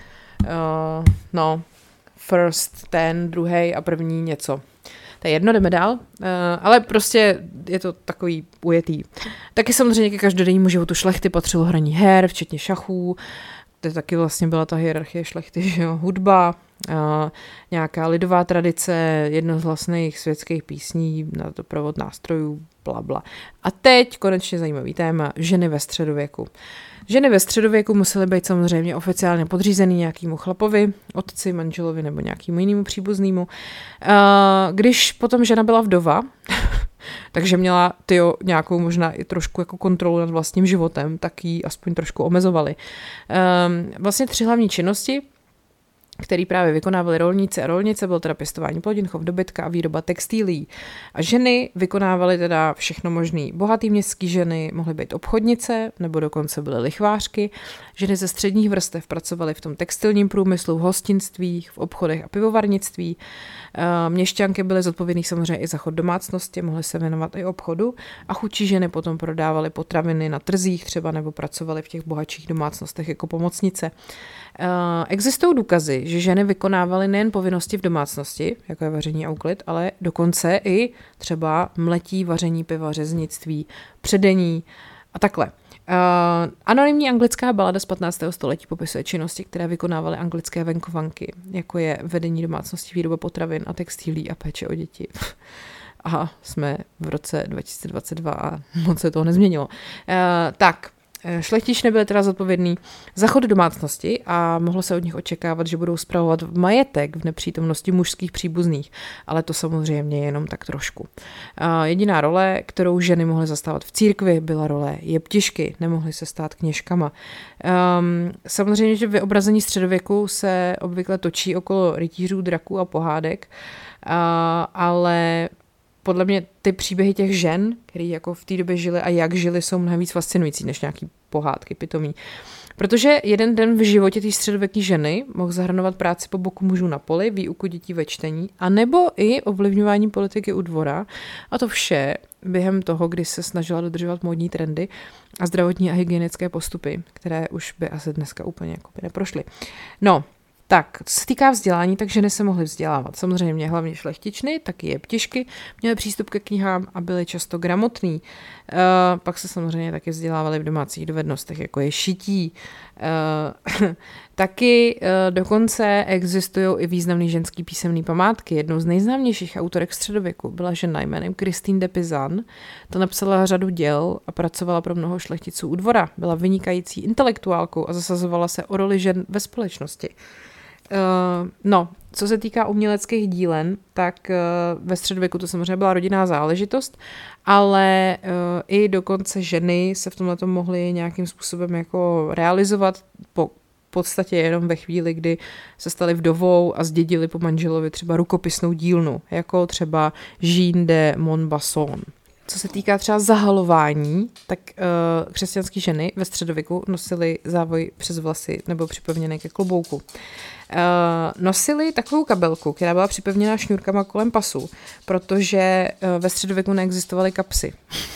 uh, no first, ten, druhý a první něco. To je jedno, jdeme dál, uh, ale prostě je to takový ujetý. Taky samozřejmě ke každodennímu životu šlechty patřilo hraní her, včetně šachů, to taky vlastně byla ta hierarchie šlechty, že jo, hudba, uh, nějaká lidová tradice, jednohlasných světských písní, na to provod nástrojů, blabla. A teď konečně zajímavý téma, ženy ve středověku. Ženy ve středověku musely být samozřejmě oficiálně podřízený nějakému chlapovi, otci, manželovi nebo nějakému jinému příbuznému. Když potom žena byla vdova, Takže měla tyjo nějakou možná i trošku jako kontrolu nad vlastním životem, tak ji aspoň trošku omezovali. Um, vlastně tři hlavní činnosti, který právě vykonávali rolníci a rolnice, bylo teda pěstování plodin, chov dobytka a výroba textilí. A ženy vykonávaly teda všechno možný. Bohatý městský ženy mohly být obchodnice, nebo dokonce byly lichvářky. Ženy ze středních vrstev pracovaly v tom textilním průmyslu, v hostinstvích, v obchodech a pivovarnictví. Měšťanky byly zodpovědné samozřejmě i za chod domácnosti, mohly se věnovat i obchodu a chudší ženy potom prodávaly potraviny na trzích třeba nebo pracovaly v těch bohatších domácnostech jako pomocnice. Existují důkazy, že ženy vykonávaly nejen povinnosti v domácnosti, jako je vaření a úklid, ale dokonce i třeba mletí, vaření piva, řeznictví, předení a takhle. Uh, anonymní anglická balada z patnáctého století popisuje činnosti, které vykonávaly anglické venkovanky, jako je vedení domácnosti, výroba potravin a textilí a péče o děti. Aha, jsme v roce dva tisíce dvacet dva a moc se toho nezměnilo. Uh, tak, šlechtič byl teda zodpovědný za chod domácnosti a mohlo se od nich očekávat, že budou spravovat majetek v nepřítomnosti mužských příbuzných, ale to samozřejmě jenom tak trošku. Jediná role, kterou ženy mohly zastávat v církvi, byla role jeptišky, nemohly se stát kněžkama. Um, samozřejmě, že vyobrazení středověku se obvykle točí okolo rytířů, draků a pohádek, uh, ale podle mě ty příběhy těch žen, který jako v té době žili a jak žili, jsou mnohem víc fascinující než nějaký pohádky pitomí. Protože jeden den v životě té středověké ženy mohl zahrnovat práci po boku mužů na poli, výuku dětí ve čtení, anebo i ovlivňování politiky u dvora. A to vše během toho, kdy se snažila dodržovat módní trendy a zdravotní a hygienické postupy, které už by asi dneska úplně jako by neprošly. No, tak, co se týká vzdělání, tak ženy se mohly vzdělávat. Samozřejmě hlavně šlechtičny, taky jeptišky, měly přístup ke knihám a byly často gramotný. Uh, pak se samozřejmě taky vzdělávaly v domácích dovednostech, jako je šití. Uh, taky uh, dokonce existují i významný ženský písemný památky. Jednou z nejznámějších autorek středověku byla žena jménem Christine de Pizan. To napsala řadu děl a pracovala pro mnoho šlechticů u dvora. Byla vynikající intelektuálkou a zasazovala se o roli žen ve společnosti. Uh, no, co se týká uměleckých dílen, tak uh, ve středověku to samozřejmě byla rodinná záležitost, ale uh, i dokonce ženy se v tomhle mohly nějakým způsobem jako realizovat po podstatě jenom ve chvíli, kdy se staly vdovou a zdědili po manželovi třeba rukopisnou dílnu, jako třeba Jeanne de Montbasson. Co se týká třeba zahalování, tak uh, křesťanské ženy ve středověku nosily závoj přes vlasy nebo připevněné ke klobouku. Uh, nosili takovou kabelku, která byla připevněná šňůrkama kolem pasu, protože uh, ve středověku neexistovaly kapsy.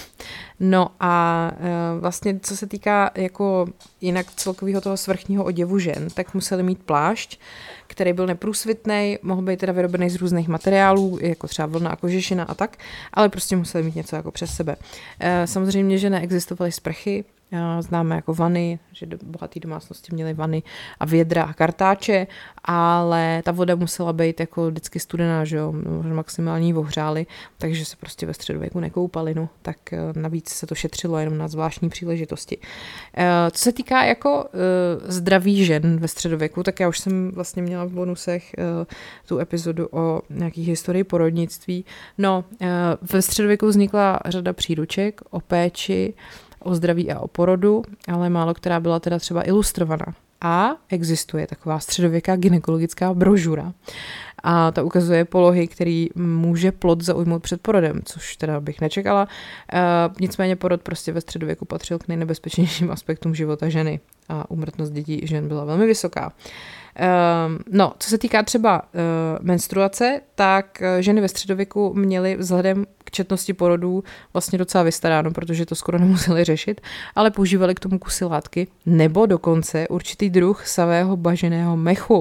No a uh, vlastně co se týká jako jinak celkového toho svrchního oděvu žen, tak museli mít plášť, který byl neprůsvitný, mohl být teda vyrobený z různých materiálů, jako třeba vlna a kožešina a tak, ale prostě museli mít něco jako přes sebe. Uh, samozřejmě, že neexistovaly sprchy, známe jako vany, že bohaté domácnosti měly vany a vědra a kartáče, ale ta voda musela být jako vždycky studená, že jo, maximální ohřály, takže se prostě ve středověku nekoupali, no, tak navíc se to šetřilo jenom na zvláštní příležitosti. Co se týká jako zdraví žen ve středověku, tak já už jsem vlastně měla v bonusech tu epizodu o nějaký historii porodnictví. No, ve středověku vznikla řada příruček o péči, o zdraví a o porodu, ale málo která byla teda třeba ilustrovaná. A existuje taková středověká gynekologická brožura. A ta ukazuje polohy, který může plod zaujmout před porodem, což teda bych nečekala. E, nicméně porod prostě ve středověku patřil k nejnebezpečnějším aspektům života ženy a úmrtnost dětí žen byla velmi vysoká. Um, no, co se týká třeba uh, menstruace, tak uh, ženy ve středověku měly vzhledem k četnosti porodů vlastně docela vystaráno, protože to skoro nemuseli řešit, ale používali k tomu kusy látky nebo dokonce určitý druh savého baženého mechu.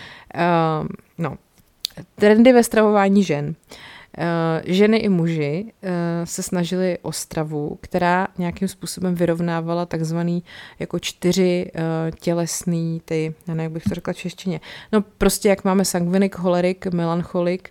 Um, no, trendy ve stravování žen. Ženy i muži se snažili o stravu, která nějakým způsobem vyrovnávala takzvaný jako čtyři tělesný, ty, já nevím, jak bych to řekla v češtině, no prostě jak máme sangvinik, cholerik, melancholik,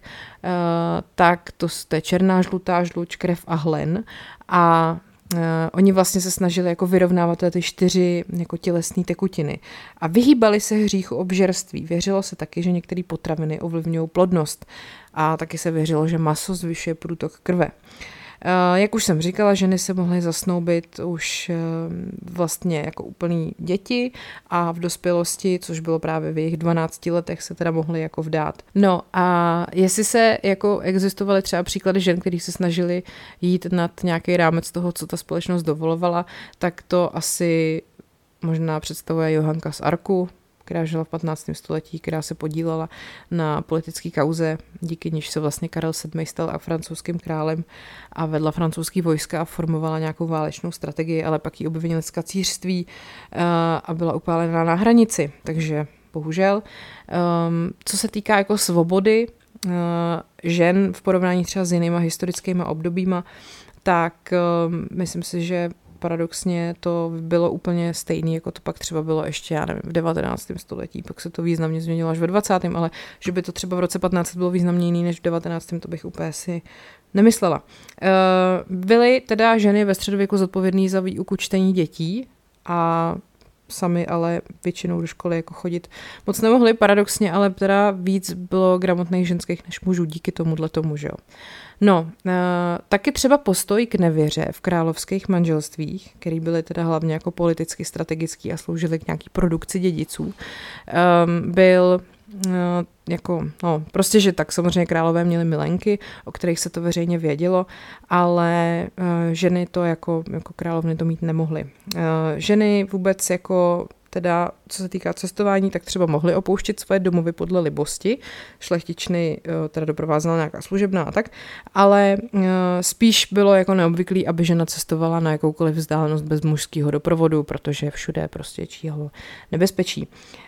tak to je černá, žlutá, žluč, krev a hlen a Uh, oni vlastně se snažili jako vyrovnávat ty čtyři jako tělesné tekutiny a vyhýbali se hříchu obžerství. Věřilo se taky, že některé potraviny ovlivňují plodnost a taky se věřilo, že maso zvyšuje průtok krve. Jak už jsem říkala, ženy se mohly zasnoubit už vlastně jako úplný děti a v dospělosti, což bylo právě v jejich dvanácti letech, se teda mohly jako vdát. No a jestli se jako existovaly třeba příklady žen, kteří se snažili jít nad nějaký rámec toho, co ta společnost dovolovala, tak to asi možná představuje Johanka z Arku, která žila v patnáctém století, která se podílela na politické kauze, díky níž se vlastně Karel sedmý stal a francouzským králem a vedla francouzský vojska a formovala nějakou válečnou strategii, ale pak jí objevili kacířství a byla upálená na hranici, takže bohužel. Co se týká jako svobody žen v porovnání třeba s jinýma historickýma obdobíma, tak myslím si, že paradoxně to bylo úplně stejné, jako to pak třeba bylo ještě, já nevím, v devatenáctém století, pak se to významně změnilo až ve dvacátém ale že by to třeba v roce patnáct bylo významně jiný než v devatenáctém to bych úplně si nemyslela. Byly teda ženy ve středověku zodpovědné za výuku čtení dětí a sami ale většinou do školy jako chodit moc nemohli, paradoxně, ale teda víc bylo gramotných ženských než mužů díky tomuhle tomu, že jo. No, e, taky třeba postoj k nevěře v královských manželstvích, který byly teda hlavně jako politicky strategický a sloužily k nějaký produkci dědiců, e, byl e, jako, no, prostě, že tak samozřejmě králové měly milenky, o kterých se to veřejně vědělo, ale e, ženy to jako, jako královny to mít nemohly. E, ženy vůbec jako teda, co se týká cestování, tak třeba mohly opouštět svoje domovy podle libosti, šlechtičny teda doprovázela nějaká služebná a tak, ale spíš bylo jako neobvyklý, aby žena cestovala na jakoukoliv vzdálenost bez mužského doprovodu, protože všude prostě číhalo nebezpečí.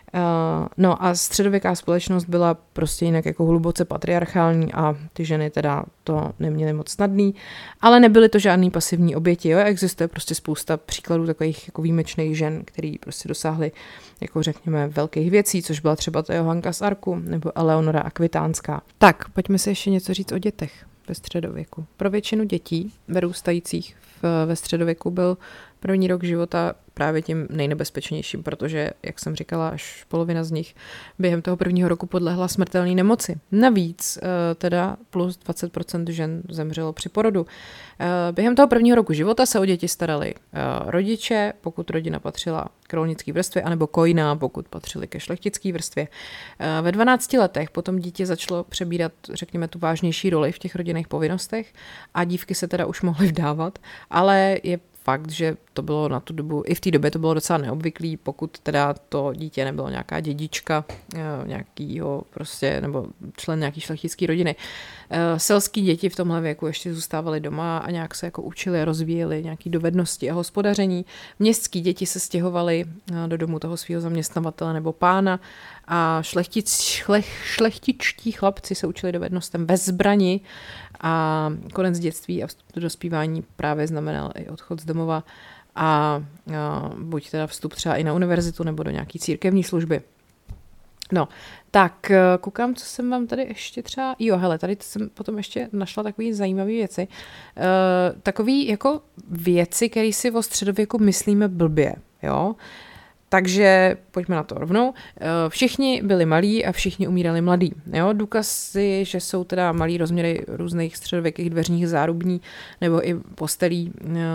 No a středověká společnost byla prostě jinak jako hluboce patriarchální a ty ženy teda to neměly moc snadný, ale nebyly to žádný pasivní oběti, jo? Existuje prostě spousta příkladů takových jako výjimečných žen, který prostě dosáhly jako řekněme velkých věcí, což byla třeba ta Johanka z Arku nebo Eleonora Akvitánská. Tak, pojďme si ještě něco říct o dětech ve středověku. Pro většinu dětí vyrůstajících v, ve středověku byl první rok života právě tím nejnebezpečnějším, protože, jak jsem říkala, až polovina z nich během toho prvního roku podlehla smrtelné nemoci. Navíc teda plus dvacet procent žen zemřelo při porodu. Během toho prvního roku života se o děti starali rodiče, pokud rodina patřila k rolnické vrstvě, anebo kojná, pokud patřili ke šlechtické vrstvě. Ve dvanácti letech potom dítě začalo přebírat, řekněme, tu vážnější roli v těch rodinných povinnostech a dívky se teda už mohly vdávat, ale je fakt, že to bylo na tu dobu, i v té době to bylo docela neobvyklý, pokud teda to dítě nebylo nějaká dědička nějakýho prostě, nebo člen nějaký šlechtický rodiny. Selský děti v tomhle věku ještě zůstávaly doma a nějak se jako učili a rozvíjeli nějaké dovednosti a hospodaření. Městský děti se stěhovaly do domu toho svého zaměstnavatele nebo pána a šlechtic, šlech, šlechtičtí chlapci se učili dovednostem bez zbrani a konec dětství a vstup do dospívání právě znamenal i odchod z domova a, a buď teda vstup třeba i na univerzitu nebo do nějaký církevní služby. No, tak koukám, co jsem vám tady ještě třeba, jo, hele, tady jsem potom ještě našla takový zajímavé věci, uh, takový jako věci, které si o středověku myslíme blbě, jo. Takže pojďme na to rovnou. Všichni byli malí a všichni umírali mladí. Jo? Důkazy, že jsou teda malý rozměry různých středověkých dveřních zárubní nebo i postelí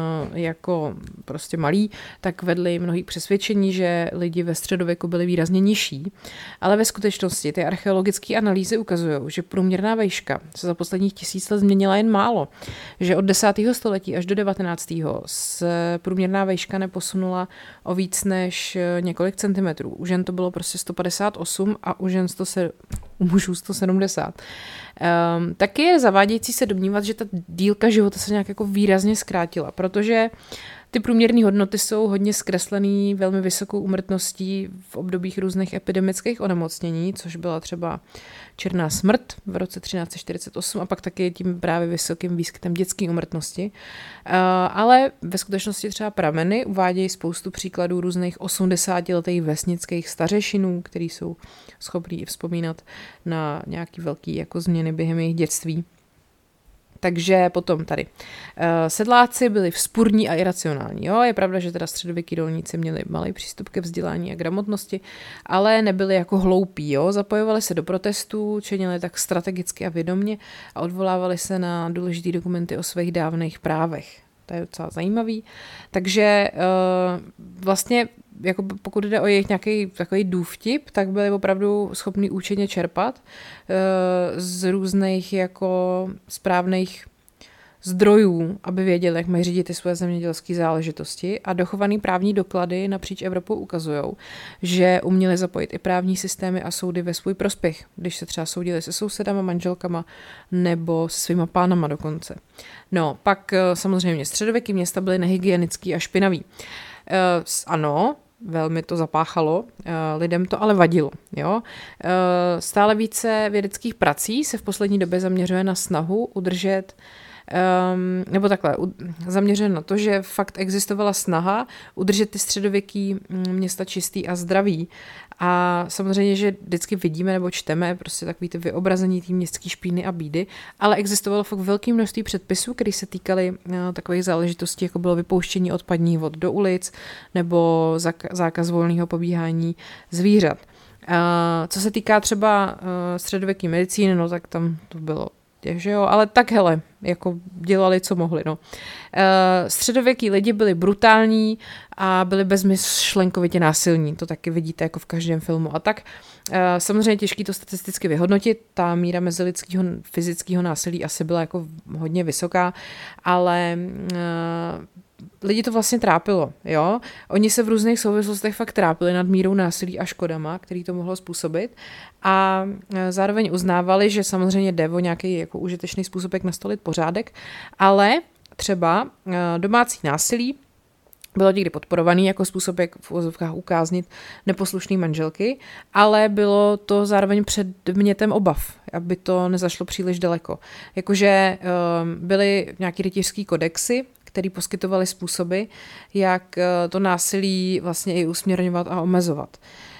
jako prostě malí, tak vedli mnohý přesvědčení, že lidi ve středověku byli výrazně nižší. Ale ve skutečnosti ty archeologické analýzy ukazují, že průměrná výška se za posledních tisíc let změnila jen málo. Že od desátého století až do devatenáctého se průměrná výška neposunula o víc než několik centimetrů. U žen to bylo prostě sto padesát osm a u žen sto sedm, u mužů sto sedmdesát. Um, taky je zavádějící se domnívat, že ta dílka života se nějak jako výrazně zkrátila, protože ty průměrné hodnoty jsou hodně zkreslený velmi vysokou úmrtností v obdobích různých epidemických onemocnění, což byla třeba černá smrt v roce třináct set čtyřicet osm a pak taky tím právě vysokým výskytem dětské úmrtnosti. Uh, ale ve skutečnosti třeba prameny uvádějí spoustu příkladů různých osmdesátiletých vesnických stařešinů, který jsou schopní vzpomínat na nějaký velký jako změny během jejich dětství. Takže potom tady. Sedláci byli vzpurní a iracionální. Jo? Je pravda, že teda středověký rolníci měli malý přístup ke vzdělání a gramotnosti, ale nebyli jako hloupí. Jo? Zapojovali se do protestů, činili tak strategicky a vědomně a odvolávali se na důležité dokumenty o svých dávných právech. To je docela zajímavý. Takže vlastně jako pokud jde o jejich nějaký takový důvtip, tak byli opravdu schopni účinně čerpat z různých jako správných zdrojů, aby věděli, jak mají řídit ty své zemědělské záležitosti, a dochovaný právní doklady napříč Evropou ukazují, že uměli zapojit i právní systémy a soudy ve svůj prospěch, když se třeba soudili se sousedama, manželkama nebo se svýma pánama dokonce. No, pak samozřejmě středověký města byly nehygienický a špinavý. Ano, velmi to zapáchalo, lidem to ale vadilo. Jo? Stále více vědeckých prací se v poslední době zaměřuje na snahu udržet Um, nebo takhle, zaměřen na to, že fakt existovala snaha udržet ty středověký města čistý a zdravý. A samozřejmě, že vždycky vidíme nebo čteme prostě takový ty vyobrazení té městské špíny a bídy, ale existovalo fakt velké množství předpisů, které se týkaly uh, takových záležitostí, jako bylo vypouštění odpadních vod do ulic nebo zak- zákaz volného pobíhání zvířat. Uh, co se týká třeba uh, středověké medicíny, no tak tam to bylo že jo, ale tak hele, jako dělali, co mohli, no. E, středověký lidi byli brutální a byli bezmyšlenkovitě násilní, to taky vidíte jako v každém filmu a tak. E, samozřejmě těžký to statisticky vyhodnotit, ta míra mezilidského fyzického násilí asi byla jako hodně vysoká, ale e, lidi to vlastně trápilo, jo. Oni se v různých souvislostech fakt trápili nad mírou násilí a škodama, který to mohlo způsobit, a zároveň uznávali, že samozřejmě jde o nějaký jako užitečný způsob, jak nastolit pořádek, ale třeba domácí násilí bylo někdy podporovaný jako způsob, jak v uvozovkách ukáznit neposlušný manželky, ale bylo to zároveň předmětem obav, aby to nezašlo příliš daleko. Jakože um, byly nějaký rytířský kodexy, který poskytovali způsoby, jak to násilí vlastně i usměrňovat a omezovat.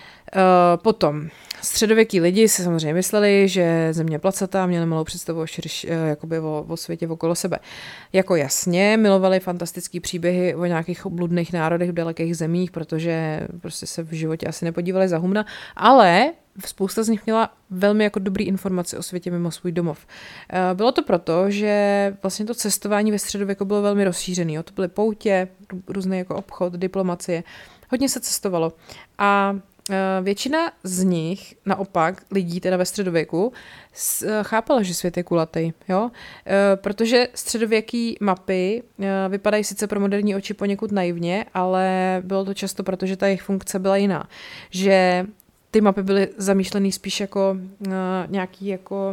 Potom středověký lidi si samozřejmě mysleli, že země placatá, měli malou představu o, širš, jakoby o, o světě okolo sebe. Jako jasně, milovali fantastický příběhy o nějakých obludných národech v dalekých zemích, protože prostě se v životě asi nepodívali za humna, ale spousta z nich měla velmi jako dobrý informace o světě mimo svůj domov. Bylo to proto, že vlastně to cestování ve středověku bylo velmi rozšířené. To byly poutě, různé jako obchod, diplomacie. Hodně se cestovalo. A většina z nich, naopak, lidí teda ve středověku, chápala, že svět je kulatý, jo? Protože středověký mapy vypadají sice pro moderní oči poněkud naivně, ale bylo to často, protože ta jejich funkce byla jiná. Že ty mapy byly zamýšlený spíš jako uh, nějaký jako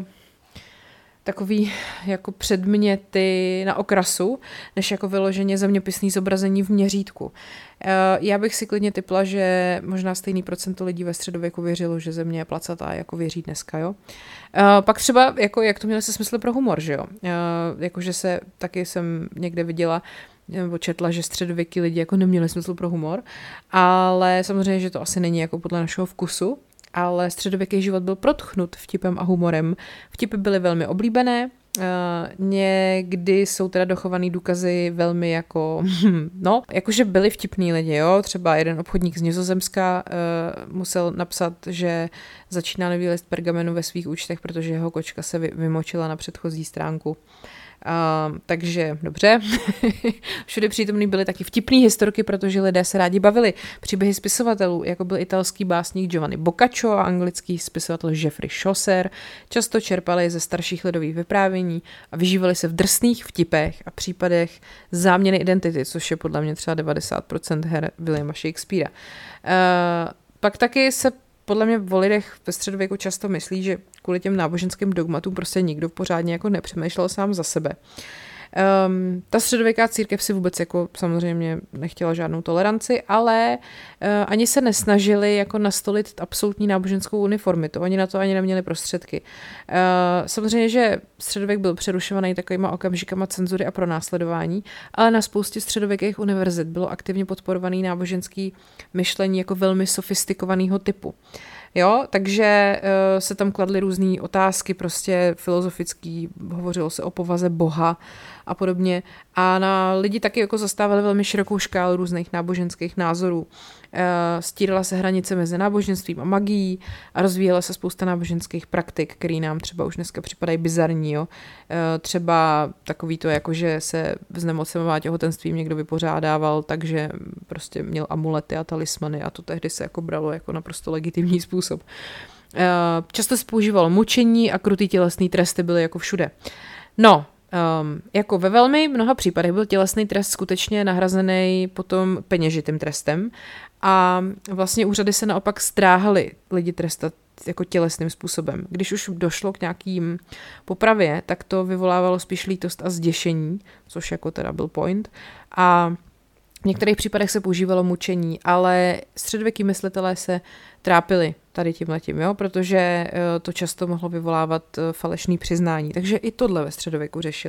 takový jako předměty na okrasu, než jako vyloženě zeměpisný zobrazení v měřítku. Uh, já bych si klidně tipla, že možná stejný procento lidí ve středověku věřilo, že země je placatá, jako věří dneska, jo. Uh, pak třeba, jako, jak to mělo se smysl pro humor, že jo. Uh, jakože se, taky jsem někde viděla, nebo četla, že středověký lidi jako neměli smysl pro humor, ale samozřejmě, že to asi není jako podle našeho vkusu, ale středověký život byl protchnut vtipem a humorem. Vtipy byly velmi oblíbené, uh, někdy jsou teda dochovaný důkazy velmi jako, no, jakože byli vtipný lidi, jo, třeba jeden obchodník z Nizozemska uh, musel napsat, že začíná nový list pergamenu ve svých účtech, protože jeho kočka se vy, vymočila na předchozí stránku. Uh, takže dobře, všude přítomný byly taky vtipný historky, protože lidé se rádi bavili. Příběhy spisovatelů, jako byl italský básník Giovanni Boccaccio a anglický spisovatel Geoffrey Chaucer, často čerpali ze starších lidových vyprávění a vyžívali se v drsných vtipech a případech záměny identity, což je podle mě třeba devadesát procent her Williama Shakespearea. Uh, pak taky se podle mě o lidech ve středověku často myslí, že kvůli těm náboženským dogmatům prostě nikdo pořádně jako nepřemýšlel sám za sebe. Um, ta středověká církev si vůbec jako samozřejmě nechtěla žádnou toleranci, ale uh, ani se nesnažili jako nastolit absolutní náboženskou uniformitu. Oni na to ani neměli prostředky. Uh, samozřejmě, že středověk byl přerušovaný takovýma okamžikama cenzury a pronásledování, ale na spoustě středověkých univerzit bylo aktivně podporovaný náboženský myšlení jako velmi sofistikovaného typu. Jo, takže uh, se tam kladly různé otázky, prostě filozofický, hovořilo se o povaze Boha a podobně. A na lidi taky jako zastávali velmi širokou škálu různých náboženských názorů. Uh, stírala se hranice mezi náboženstvím a magií a rozvíjela se spousta náboženských praktik, které nám třeba už dneska připadají bizarní. Jo. Uh, třeba takový to, jako že se s nemocem a těhotenstvím někdo vypořádával, takže prostě měl amulety a talismany a to tehdy se jako bralo jako naprosto legitimní způsob. Uh, často se používalo mučení a krutý tělesný tresty byly jako všude. No, Um, jako ve velmi mnoha případech byl tělesný trest skutečně nahrazený potom peněžitým trestem a vlastně úřady se naopak zdráhaly lidi trestat jako tělesným způsobem. Když už došlo k nějakým popravě, tak to vyvolávalo spíš lítost a zděšení, což jako teda byl point. A v některých případech se používalo mučení, ale středověký myslitelé se trápili tady tímhletím, jo, protože to často mohlo vyvolávat falešný přiznání. Takže i tohle ve středověku řešili.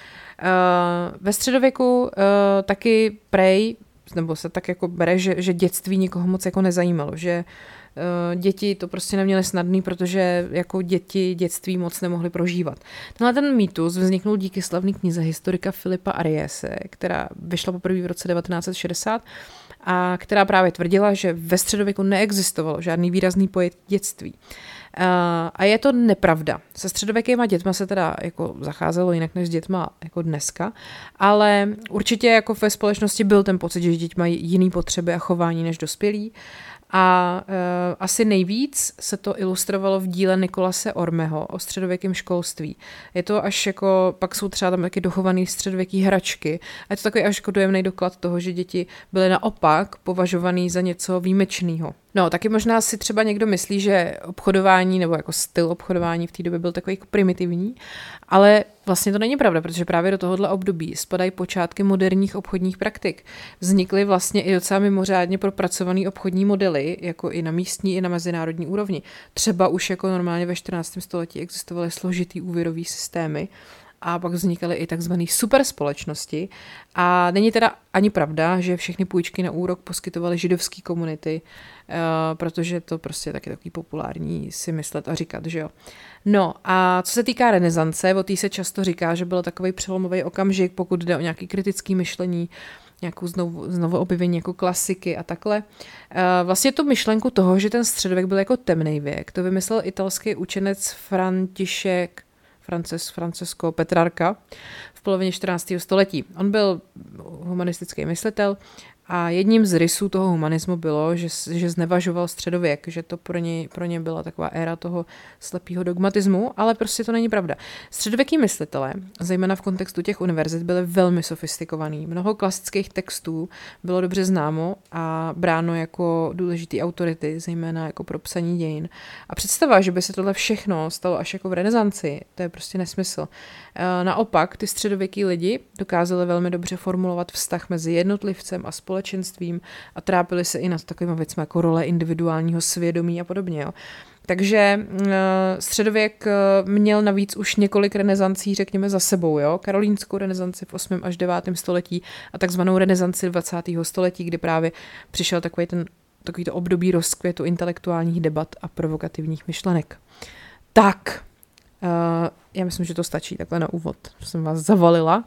Ve středověku taky prej, nebo se tak jako bere, že, že dětství nikoho moc jako nezajímalo, že děti to prostě neměly snadný, protože jako děti dětství moc nemohly prožívat. Tenhle ten mýtus vzniknul díky slavné knize historika Filipa Ariese, která vyšla poprvé v roce devatenáct set šedesát a která právě tvrdila, že ve středověku neexistovalo žádný výrazný pojet dětství. A je to nepravda. Se středověkýma dětma se teda jako zacházelo jinak než s dětma jako dneska, ale určitě jako ve společnosti byl ten pocit, že děti mají jiný potřeby a chování než dospělí. A uh, asi nejvíc se to ilustrovalo v díle Nikolase Ormeho o středověkém školství. Je to až jako, pak jsou třeba tam taky dochované středověké hračky a je to takový až jako dojemný doklad toho, že děti byly naopak považovaný za něco výjimečného. No, taky možná si třeba někdo myslí, že obchodování nebo jako styl obchodování v té době byl takový jako primitivní, ale vlastně to není pravda, protože právě do tohohle období spadají počátky moderních obchodních praktik. Vznikly vlastně i docela mimořádně propracované obchodní modely, jako i na místní, i na mezinárodní úrovni. Třeba už jako normálně ve čtrnáctém století existovaly složitý úvěrový systémy, a pak vznikaly i takzvané superspolečnosti. A není teda ani pravda, že všechny půjčky na úrok poskytovaly židovské komunity, uh, protože to prostě je taky takový populární si myslet a říkat, že jo. No a co se týká renesance, o té se často říká, že byl takový přelomový okamžik, pokud jde o nějaké kritické myšlení, nějakou znovu, znovu objevení jako klasiky a takhle. Uh, vlastně tu myšlenku toho, že ten středověk byl jako temný věk, to vymyslel italský učenec František Frances, Francesco Petrarca v polovině čtrnáctého století. On byl humanistický myslitel a jedním z rysů toho humanismu bylo, že, že znevažoval středověk, že to pro ně, pro ně byla taková éra toho slepého dogmatismu, ale prostě to není pravda. Středověký myslitelé, zejména v kontextu těch univerzit, byly velmi sofistikovaný. Mnoho klasických textů bylo dobře známo a bráno jako důležitý autority, zejména jako pro psaní dějin. A představa, že by se tohle všechno stalo až jako v renesanci, to je prostě nesmysl. Naopak, ty středověký lidi dokázali velmi dobře formulovat vztah mezi jednotlivcem a společenstvím a trápili se i nad takovými věcmi jako role individuálního svědomí a podobně. Jo. Takže uh, středověk uh, měl navíc už několik renesancí, řekněme, za sebou. Jo. Karolínskou renesanci v osmém až devátém století a takzvanou renesanci dvacátého století, kdy právě přišel takový ten takový to období rozkvětu intelektuálních debat a provokativních myšlenek. Tak, uh, já myslím, že to stačí takhle na úvod, že jsem vás zavalila,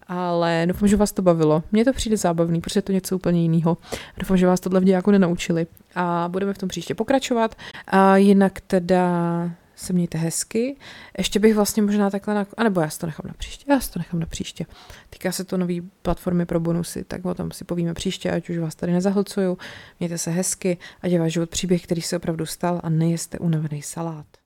ale doufám, že vás to bavilo. Mně to přijde zábavný, protože je to něco úplně jiného. Doufám, že vás tohle v dějáku nenaučili a budeme v tom příště pokračovat. A jinak teda se mějte hezky. Ještě bych vlastně možná takhle, na... a nebo já si to nechám na příště. Já si to nechám na příště. Týká se to nový platformy pro bonusy, tak o tom si povíme příště, ať už vás tady nezahlcuju. Mějte se hezky, ať je váš život příběh, který se opravdu stal a nejeste unavený salát.